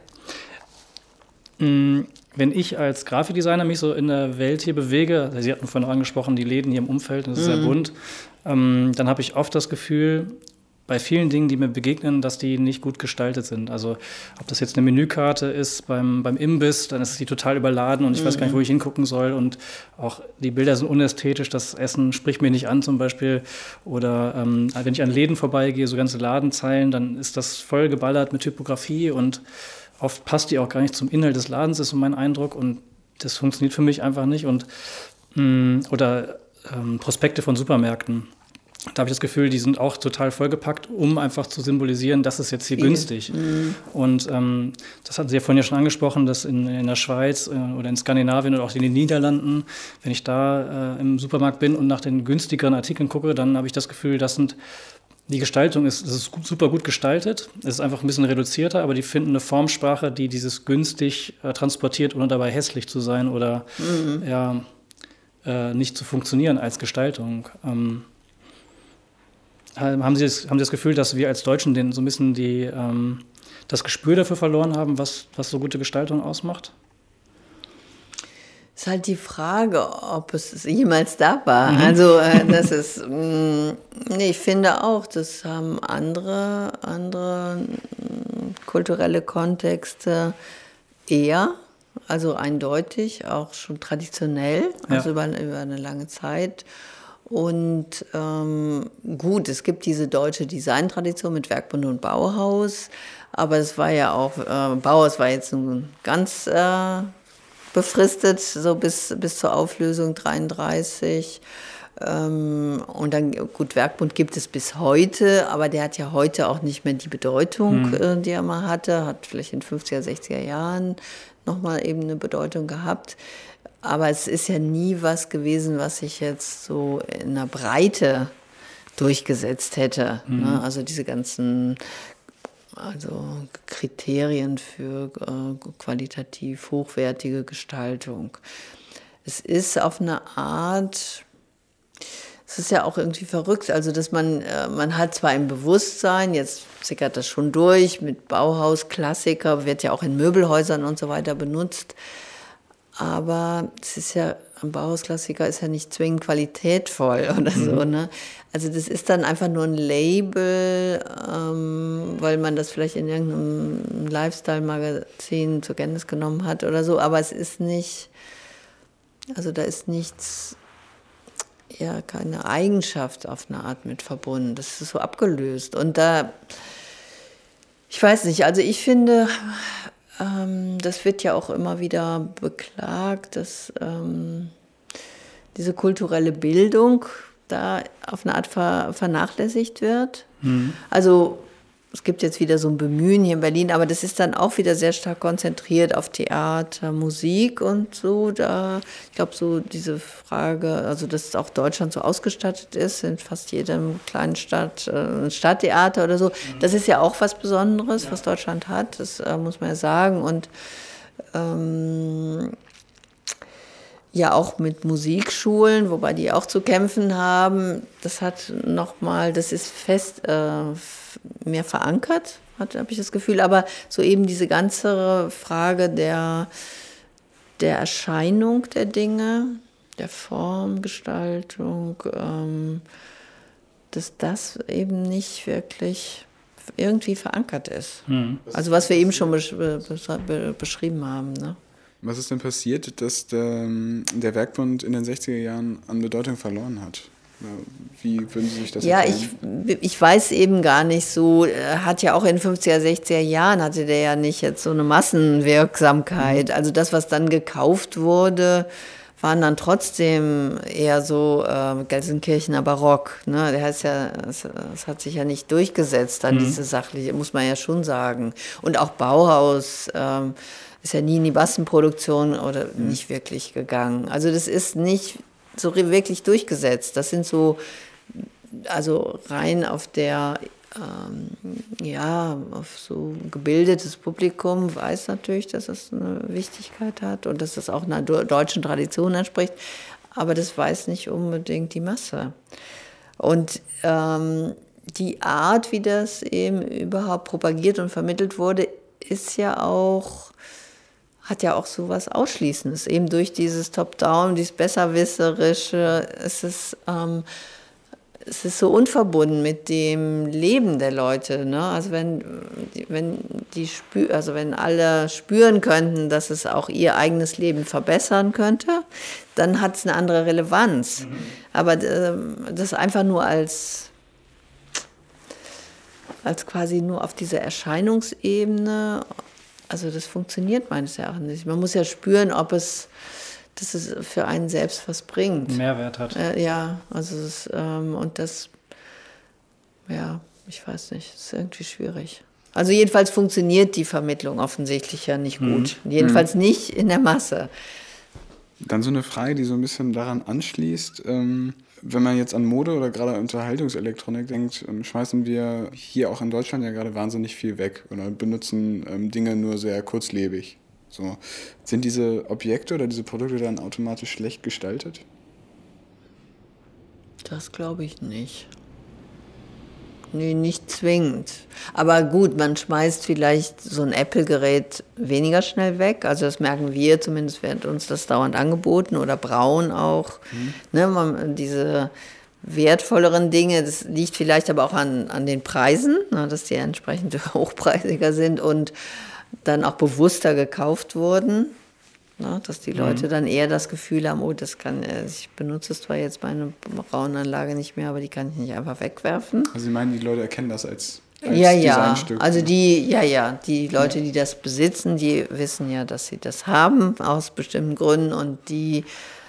A: Wenn ich als Grafikdesigner mich so in der Welt hier bewege, also Sie hatten vorhin auch angesprochen, die Läden hier im Umfeld, das ist sehr bunt, dann habe ich oft das Gefühl, bei vielen Dingen, die mir begegnen, dass die nicht gut gestaltet sind. Also ob das jetzt eine Menükarte ist beim Imbiss, dann ist die total überladen und ich weiß gar nicht, wo ich hingucken soll. Und auch die Bilder sind unästhetisch, das Essen spricht mir nicht an zum Beispiel. Oder wenn ich an Läden vorbeigehe, so ganze Ladenzeilen, dann ist das voll geballert mit Typografie und oft passt die auch gar nicht zum Inhalt des Ladens, ist so mein Eindruck. Und das funktioniert für mich einfach nicht. Und oder Prospekte von Supermärkten. Da habe ich das Gefühl, die sind auch total vollgepackt, um einfach zu symbolisieren, das ist jetzt hier günstig. Und das hatten Sie ja vorhin ja schon angesprochen, dass in der Schweiz oder in Skandinavien oder auch in den Niederlanden, wenn ich da im Supermarkt bin und nach den günstigeren Artikeln gucke, dann habe ich das Gefühl, die Gestaltung ist super gut gestaltet. Es ist einfach ein bisschen reduzierter, aber die finden eine Formsprache, die dieses günstig transportiert, ohne dabei hässlich zu sein oder nicht zu funktionieren als Gestaltung. Haben Sie das Gefühl, dass wir als Deutschen so ein bisschen das Gespür dafür verloren haben, was so gute Gestaltung ausmacht?
B: Ist halt die Frage, ob es jemals da war. Also das ist, ich finde auch, das haben andere kulturelle Kontexte eher, also eindeutig, auch schon traditionell, also über eine lange Zeit. Und gut, es gibt diese deutsche Designtradition mit Werkbund und Bauhaus, aber es war ja auch, Bauhaus war jetzt nun ganz befristet, so bis zur Auflösung 1933. Und dann, gut, Werkbund gibt es bis heute, aber der hat ja heute auch nicht mehr die Bedeutung, die er mal hatte, hat vielleicht in den 50er, 60er Jahren nochmal eben eine Bedeutung gehabt. Aber es ist ja nie was gewesen, was sich jetzt so in der Breite durchgesetzt hätte. Ne? Also diese ganzen Kriterien für qualitativ hochwertige Gestaltung. Es ist auf eine Art, es ist ja auch irgendwie verrückt, also dass man hat zwar im Bewusstsein, jetzt sickert das schon durch, mit Bauhaus, Klassiker, wird ja auch in Möbelhäusern und so weiter benutzt, aber es ist ja, ein Bauhausklassiker ist ja nicht zwingend qualitätvoll oder so, ne? Also das ist dann einfach nur ein Label, weil man das vielleicht in irgendeinem Lifestyle-Magazin zur Kenntnis genommen hat oder so, aber es ist nicht, also da ist nichts, ja, keine Eigenschaft auf eine Art mit verbunden. Das ist so abgelöst. Und da, ich weiß nicht, also ich finde, das wird ja auch immer wieder beklagt, dass diese kulturelle Bildung da auf eine Art vernachlässigt wird. Also es gibt jetzt wieder so ein Bemühen hier in Berlin, aber das ist dann auch wieder sehr stark konzentriert auf Theater, Musik und so. Ich glaube, so diese Frage, also dass auch Deutschland so ausgestattet ist, in fast jedem kleinen Stadt ein Stadttheater oder so. Das ist ja auch was Besonderes, was Deutschland hat, das muss man ja sagen. Und ja, auch mit Musikschulen, wobei die auch zu kämpfen haben. Das ist fest mehr verankert, habe ich das Gefühl. Aber so eben diese ganze Frage der Erscheinung der Dinge, der Formgestaltung, dass das eben nicht wirklich irgendwie verankert ist. Also was wir eben schon beschrieben haben, ne?
C: Was ist denn passiert, dass der Werkbund in den 60er Jahren an Bedeutung verloren hat? Wie würden Sie sich das
B: Ja,
C: erklären?
B: ich weiß eben gar nicht so, hat ja auch in 50er, 60er Jahren hatte der ja nicht jetzt so eine Massenwirksamkeit. Also das, was dann gekauft wurde, waren dann trotzdem eher so Gelsenkirchener Barock. Ne? Der heißt ja, es hat sich ja nicht durchgesetzt, dann diese sachliche, muss man ja schon sagen. Und auch Bauhaus ist ja nie in die Massenproduktion oder nicht wirklich gegangen. Also das ist nicht so wirklich durchgesetzt. Das sind so, also rein auf der, auf so gebildetes Publikum weiß natürlich, dass es eine Wichtigkeit hat und dass es auch einer deutschen Tradition entspricht, aber das weiß nicht unbedingt die Masse. Und die Art, wie das eben überhaupt propagiert und vermittelt wurde, hat ja auch so was Ausschließendes. Eben durch dieses Top-Down, dieses Besserwisserische, es ist so unverbunden mit dem Leben der Leute. Ne? Also wenn alle spüren könnten, dass es auch ihr eigenes Leben verbessern könnte, dann hat es eine andere Relevanz. Aber das einfach nur als quasi nur auf dieser Erscheinungsebene, also das funktioniert meines Erachtens nicht. Man muss ja spüren, dass es für einen selbst was bringt.
A: Mehrwert hat.
B: Ich weiß nicht, das ist irgendwie schwierig. Also jedenfalls funktioniert die Vermittlung offensichtlich ja nicht gut. Jedenfalls nicht in der Masse.
C: Dann so eine Frage, die so ein bisschen daran anschließt. Wenn man jetzt an Mode oder gerade an Unterhaltungselektronik denkt, schmeißen wir hier auch in Deutschland ja gerade wahnsinnig viel weg oder benutzen Dinge nur sehr kurzlebig. So. Sind diese Objekte oder diese Produkte dann automatisch schlecht gestaltet?
B: Das glaube ich nicht. Nee, nicht zwingend. Aber gut, man schmeißt vielleicht so ein Apple-Gerät weniger schnell weg. Also das merken wir, zumindest wird uns das dauernd angeboten oder Braun auch. Ne, diese wertvolleren Dinge, das liegt vielleicht aber auch an den Preisen, dass die entsprechend hochpreisiger sind und dann auch bewusster gekauft wurden. Dass die Leute dann eher das Gefühl haben, ich benutze es zwar jetzt meine Braunanlage nicht mehr, aber die kann ich nicht einfach wegwerfen.
C: Also Sie meinen, die Leute erkennen das als
B: Designstück? Also die Leute, die das besitzen, die wissen ja, dass sie das haben, aus bestimmten Gründen und die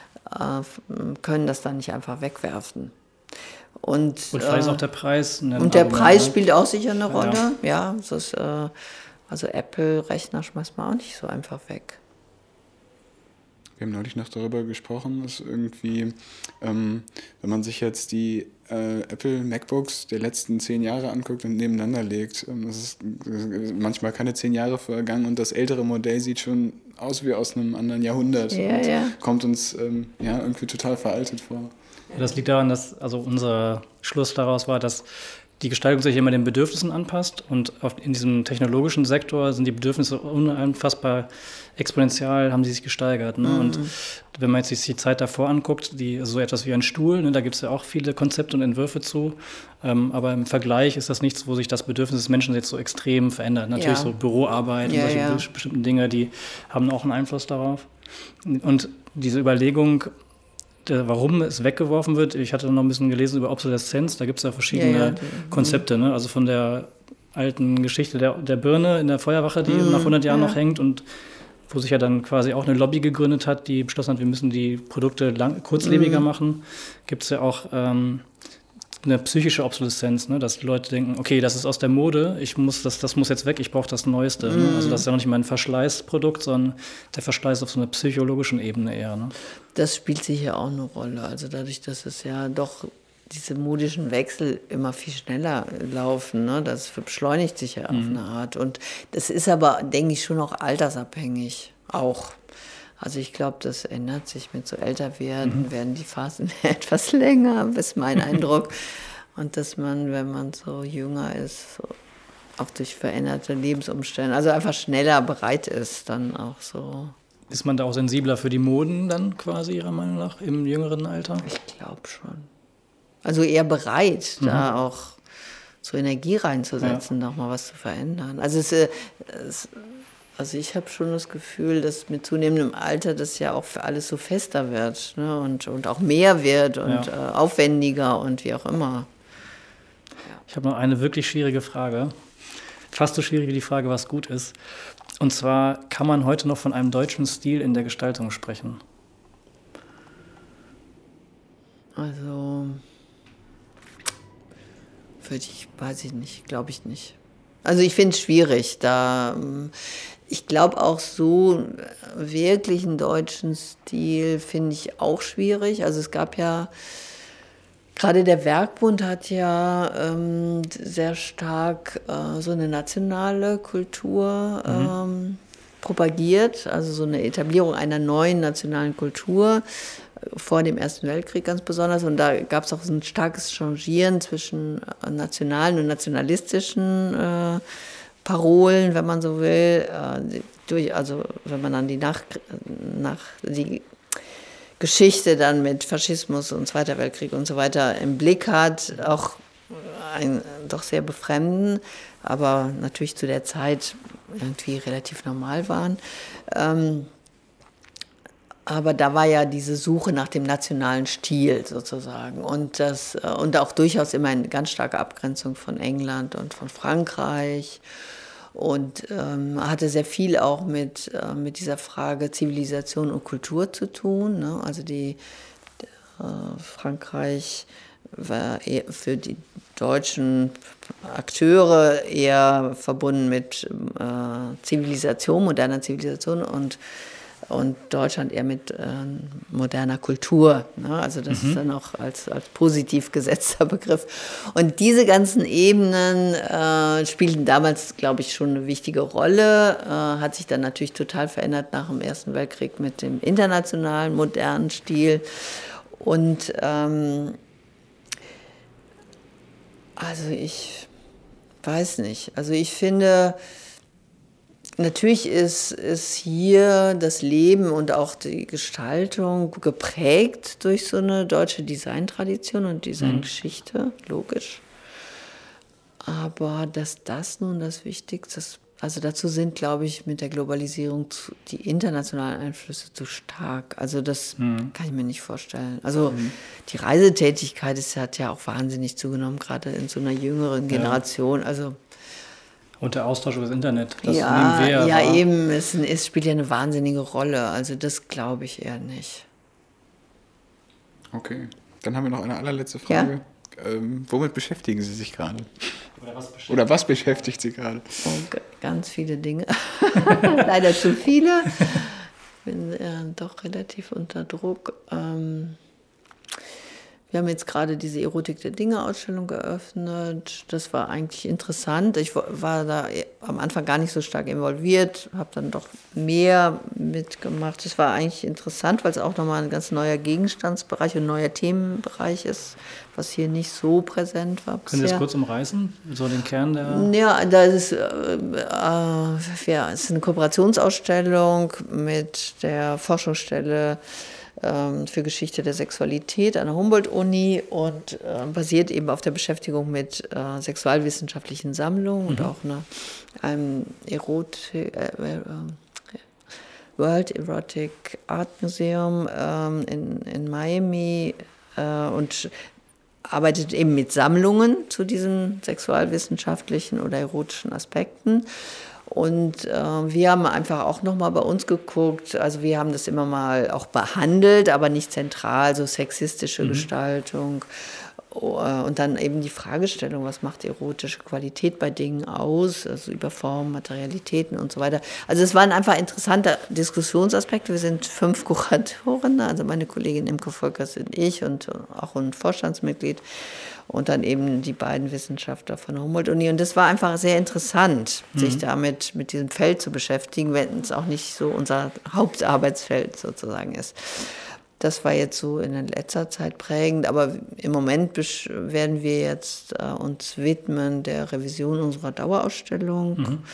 B: können das dann nicht einfach wegwerfen. Und
A: vielleicht ist auch der Preis.
B: Und der Preis spielt auch sicher eine Rolle. Ja, also Apple-Rechner schmeißt man auch nicht so einfach weg.
C: Wir haben neulich noch darüber gesprochen, dass irgendwie, wenn man sich jetzt die Apple MacBooks der letzten 10 Jahre anguckt und nebeneinander legt, es ist manchmal keine 10 Jahre vergangen und das ältere Modell sieht schon aus wie aus einem anderen Jahrhundert. Kommt uns irgendwie total veraltet vor.
A: Das liegt daran, dass unser Schluss daraus war, dass die Gestaltung sich immer den Bedürfnissen anpasst und in diesem technologischen Sektor sind die Bedürfnisse unfassbar exponentiell, haben sie sich gesteigert. Ne? Und wenn man jetzt sich die Zeit davor anguckt, so etwas wie ein Stuhl, ne, da gibt es ja auch viele Konzepte und Entwürfe zu, aber im Vergleich ist das nichts, wo sich das Bedürfnis des Menschen jetzt so extrem verändert. Natürlich so Büroarbeit und solche bestimmten Dinge, die haben auch einen Einfluss darauf. Und diese Überlegung, warum es weggeworfen wird. Ich hatte noch ein bisschen gelesen über Obsoleszenz, da gibt es ja verschiedene Konzepte, ne? Also von der alten Geschichte der Birne in der Feuerwache, die nach 100 Jahren noch hängt und wo sich ja dann quasi auch eine Lobby gegründet hat, die beschlossen hat, wir müssen die Produkte kurzlebiger machen. Gibt es ja auch eine psychische Obsoleszenz, ne? Dass die Leute denken, okay, das ist aus der Mode, das muss jetzt weg, ich brauche das Neueste. Ne? Also das ist ja noch nicht mal ein Verschleißprodukt, sondern der Verschleiß auf so einer psychologischen Ebene eher. Ne?
B: Das spielt sicher auch eine Rolle. Also dadurch, dass es ja doch diese modischen Wechsel immer viel schneller laufen, ne? Das beschleunigt sich ja auf eine Art. Und das ist aber, denke ich, schon auch altersabhängig auch. Also ich glaube, das ändert sich mit so älter werden die Phasen etwas länger, ist mein Eindruck. Und dass man, wenn man so jünger ist, so auch durch veränderte Lebensumstände, also einfach schneller bereit ist, dann auch so.
A: Ist man da auch sensibler für die Moden dann quasi Ihrer Meinung nach im jüngeren Alter?
B: Ich glaube schon. Also eher bereit, da auch so Energie reinzusetzen, nochmal was zu verändern. Also Also ich habe schon das Gefühl, dass mit zunehmendem Alter das ja auch für alles so fester wird, ne? Und auch mehr wird und aufwendiger und wie auch immer.
A: Ich habe noch eine wirklich schwierige Frage. Fast so schwierig wie die Frage, was gut ist. Und zwar, kann man heute noch von einem deutschen Stil in der Gestaltung sprechen?
B: Also, weiß ich nicht, glaube ich nicht. Also ich finde es schwierig, ich glaube auch so wirklich einen deutschen Stil finde ich auch schwierig. Also es gab ja, gerade der Werkbund hat ja sehr stark so eine nationale Kultur propagiert, also so eine Etablierung einer neuen nationalen Kultur vor dem Ersten Weltkrieg ganz besonders. Und da gab es auch so ein starkes Changieren zwischen nationalen und nationalistischen Parolen, wenn man so will. Also wenn man dann die Geschichte dann mit Faschismus und Zweiter Weltkrieg und so weiter im Blick hat, auch doch sehr befremden, aber natürlich zu der Zeit irgendwie relativ normal waren. Aber da war ja diese Suche nach dem nationalen Stil sozusagen und auch durchaus immer eine ganz starke Abgrenzung von England und von Frankreich und hatte sehr viel auch mit dieser Frage Zivilisation und Kultur zu tun, ne? Also Frankreich war eher für die deutschen Akteure eher verbunden mit Zivilisation, moderner Zivilisation und Deutschland eher mit moderner Kultur. Ne? Also das ist dann auch als positiv gesetzter Begriff. Und diese ganzen Ebenen spielten damals, glaube ich, schon eine wichtige Rolle. Hat sich dann natürlich total verändert nach dem Ersten Weltkrieg mit dem internationalen, modernen Stil. Und also ich weiß nicht. Also ich finde, natürlich ist hier das Leben und auch die Gestaltung geprägt durch so eine deutsche Designtradition und Designgeschichte, logisch. Aber dass das nun das Wichtigste ist, also dazu sind, glaube ich, mit der Globalisierung die internationalen Einflüsse zu stark. Also das kann ich mir nicht vorstellen. Also die Reisetätigkeit hat ja auch wahnsinnig zugenommen, gerade in so einer jüngeren Generation. Also
A: und der Austausch über das Internet. Das
B: eben. Es spielt ja eine wahnsinnige Rolle. Also das glaube ich eher nicht.
C: Okay, dann haben wir noch eine allerletzte Frage. Ja? Womit beschäftigen Sie sich gerade? Oder was beschäftigt Sie gerade?
B: Oh, ganz viele Dinge. Leider zu viele. Ich bin doch relativ unter Druck. Wir haben jetzt gerade diese Erotik der Dinge-Ausstellung geöffnet. Das war eigentlich interessant. Ich war da am Anfang gar nicht so stark involviert, habe dann doch mehr mitgemacht. Das war eigentlich interessant, weil es auch nochmal ein ganz neuer Gegenstandsbereich und neuer Themenbereich ist, was hier nicht so präsent war bisher.
A: Können Sie das kurz umreißen? So den Kern der...
B: Ja, da ist es ist eine Kooperationsausstellung mit der Forschungsstelle für Geschichte der Sexualität an der Humboldt-Uni und basiert eben auf der Beschäftigung mit sexualwissenschaftlichen Sammlungen und auch einem World Erotic Art Museum in Miami und arbeitet eben mit Sammlungen zu diesen sexualwissenschaftlichen oder erotischen Aspekten. Und wir haben einfach auch nochmal bei uns geguckt, also wir haben das immer mal auch behandelt, aber nicht zentral, so sexistische Gestaltung. Und dann eben die Fragestellung, was macht erotische Qualität bei Dingen aus, also über Formen, Materialitäten und so weiter. Also es waren einfach interessante Diskussionsaspekte. Wir sind 5 Kuratoren, also meine Kollegin Imke Volkers und ich und auch ein Vorstandsmitglied. Und dann eben die beiden Wissenschaftler von der Humboldt-Uni. Und das war einfach sehr interessant, sich damit mit diesem Feld zu beschäftigen, wenn es auch nicht so unser Hauptarbeitsfeld sozusagen ist. Das war jetzt so in letzter Zeit prägend, aber im Moment werden wir jetzt uns widmen der Revision unserer Dauerausstellung.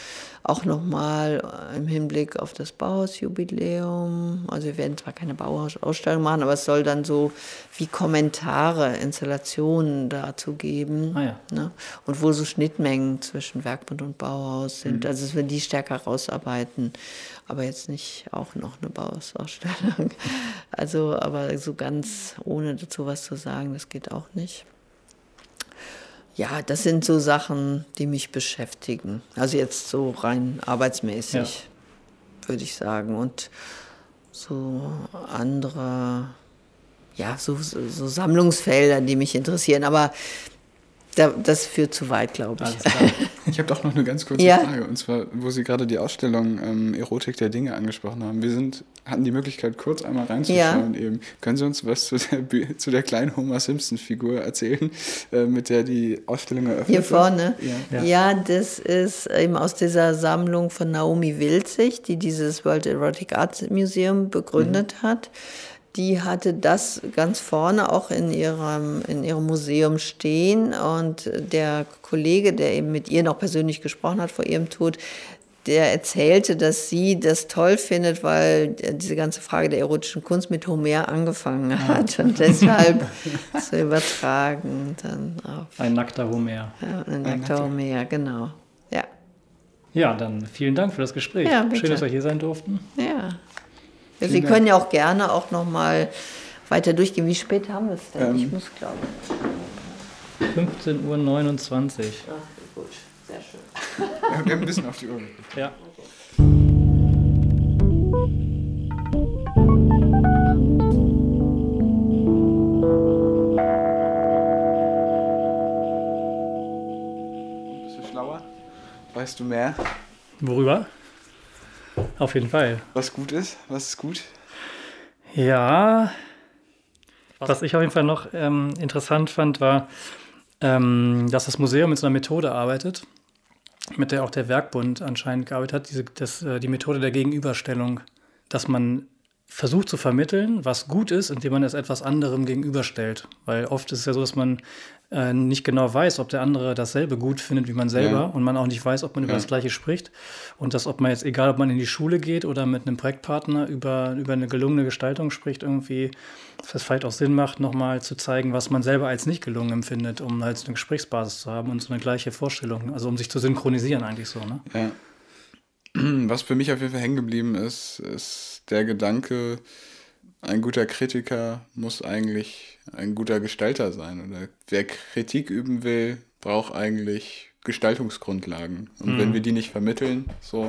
B: auch nochmal im Hinblick auf das Bauhausjubiläum. Also wir werden zwar keine Bauhausausstellung machen, aber es soll dann so wie Kommentare, Installationen dazu geben. Ne? Und wo so Schnittmengen zwischen Werkbund und Bauhaus sind. Also dass wir die stärker rausarbeiten. Aber jetzt nicht auch noch eine Bauhausausstellung. Also, aber so ganz ohne dazu was zu sagen, das geht auch nicht. Ja, das sind so Sachen, die mich beschäftigen. Also jetzt so rein arbeitsmäßig, würde ich sagen. Und so andere, ja, so Sammlungsfelder, die mich interessieren. Aber das führt zu weit, glaube ich.
C: Ich habe doch noch eine ganz kurze Frage. Und zwar, wo Sie gerade die Ausstellung Erotik der Dinge angesprochen haben. Wir hatten die Möglichkeit, kurz einmal reinzuschauen. Eben. Können Sie uns was zu der kleinen Homer Simpson-Figur erzählen, mit der die Ausstellung eröffnet
B: Hier vorne?
C: Ja,
B: das ist eben aus dieser Sammlung von Naomi Wilzig, die dieses World Erotic Art Museum begründet hat. Die hatte das ganz vorne auch in ihrem Museum stehen. Und der Kollege, der eben mit ihr noch persönlich gesprochen hat vor ihrem Tod, der erzählte, dass sie das toll findet, weil diese ganze Frage der erotischen Kunst mit Homer angefangen hat. Und deshalb zu übertragen dann auf...
A: Ein nackter Homer.
B: Ja, ein nackter Homer, genau. Ja.
A: Ja, dann vielen Dank für das Gespräch.
B: Ja, bitte.
A: Schön, dass wir hier sein durften.
B: Ja. Sie können ja auch gerne auch noch mal weiter durchgehen. Wie spät haben wir es denn? Ich muss, glaube ich.
A: 15:29 Uhr.
B: Ach, gut, sehr schön.
C: Wir haben ein bisschen auf die Uhr.
A: Ja.
C: Bist du schlauer? Weißt du mehr?
A: Worüber? Auf jeden Fall.
C: Was gut ist? Was ist gut?
A: Ja, was ich auf jeden Fall noch interessant fand, war, dass das Museum mit so einer Methode arbeitet, mit der auch der Werkbund anscheinend gearbeitet hat, die Methode der Gegenüberstellung, dass man versucht zu vermitteln, was gut ist, indem man es etwas anderem gegenüberstellt. Weil oft ist es ja so, dass man nicht genau weiß, ob der andere dasselbe gut findet wie man selber und man auch nicht weiß, ob man über das Gleiche spricht. Und dass, ob man jetzt, egal ob man in die Schule geht oder mit einem Projektpartner über eine gelungene Gestaltung spricht, irgendwie, dass es vielleicht auch Sinn macht, nochmal zu zeigen, was man selber als nicht gelungen empfindet, um halt so eine Gesprächsbasis zu haben und so eine gleiche Vorstellung, also um sich zu synchronisieren eigentlich so, ne?
C: Ja. Was für mich auf jeden Fall hängen geblieben ist der Gedanke, ein guter Kritiker muss eigentlich ein guter Gestalter sein. Oder wer Kritik üben will, braucht eigentlich Gestaltungsgrundlagen. Und wenn wir die nicht vermitteln,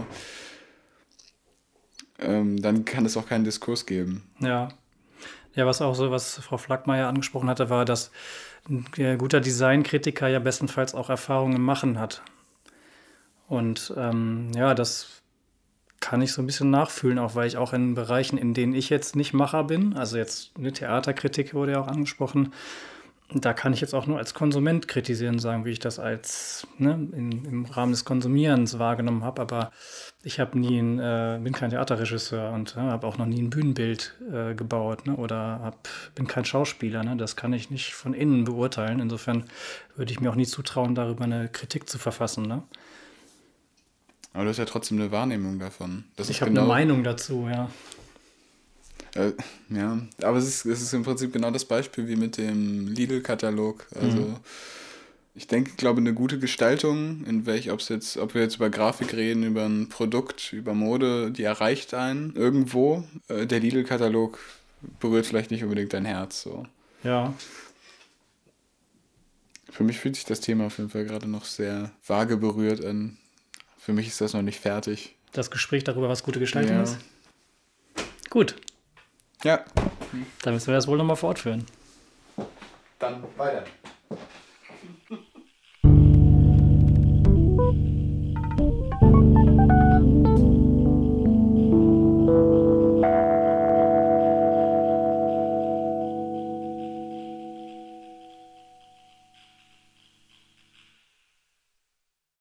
C: dann kann es auch keinen Diskurs geben.
A: Ja. Ja, was Frau Flackmeier angesprochen hatte, war, dass ein guter Designkritiker ja bestenfalls auch Erfahrungen im Machen hat. Und das kann ich so ein bisschen nachfühlen, auch weil ich auch in Bereichen, in denen ich jetzt nicht Macher bin, also jetzt eine Theaterkritik wurde ja auch angesprochen, da kann ich jetzt auch nur als Konsument kritisieren, sagen, wie ich das im Rahmen des Konsumierens wahrgenommen habe, aber ich habe bin kein Theaterregisseur und habe auch noch nie ein Bühnenbild gebaut, oder bin kein Schauspieler, das kann ich nicht von innen beurteilen, insofern würde ich mir auch nie zutrauen, darüber eine Kritik zu verfassen, ne?
C: Aber du hast ja trotzdem eine Wahrnehmung davon.
A: Ich habe eine Meinung dazu, ja.
C: Aber es ist im Prinzip genau das Beispiel wie mit dem Lidl-Katalog. Also ich glaube, eine gute Gestaltung, ob wir jetzt über Grafik reden, über ein Produkt, über Mode, die erreicht einen irgendwo. Der Lidl-Katalog berührt vielleicht nicht unbedingt dein Herz. So.
A: Ja.
C: Für mich fühlt sich das Thema auf jeden Fall gerade noch sehr vage berührt an. Für mich ist das noch nicht fertig.
A: Das Gespräch darüber, was gute Gestaltung ist? Gut.
C: Ja.
A: Dann müssen wir das wohl nochmal fortführen.
C: Dann weiter.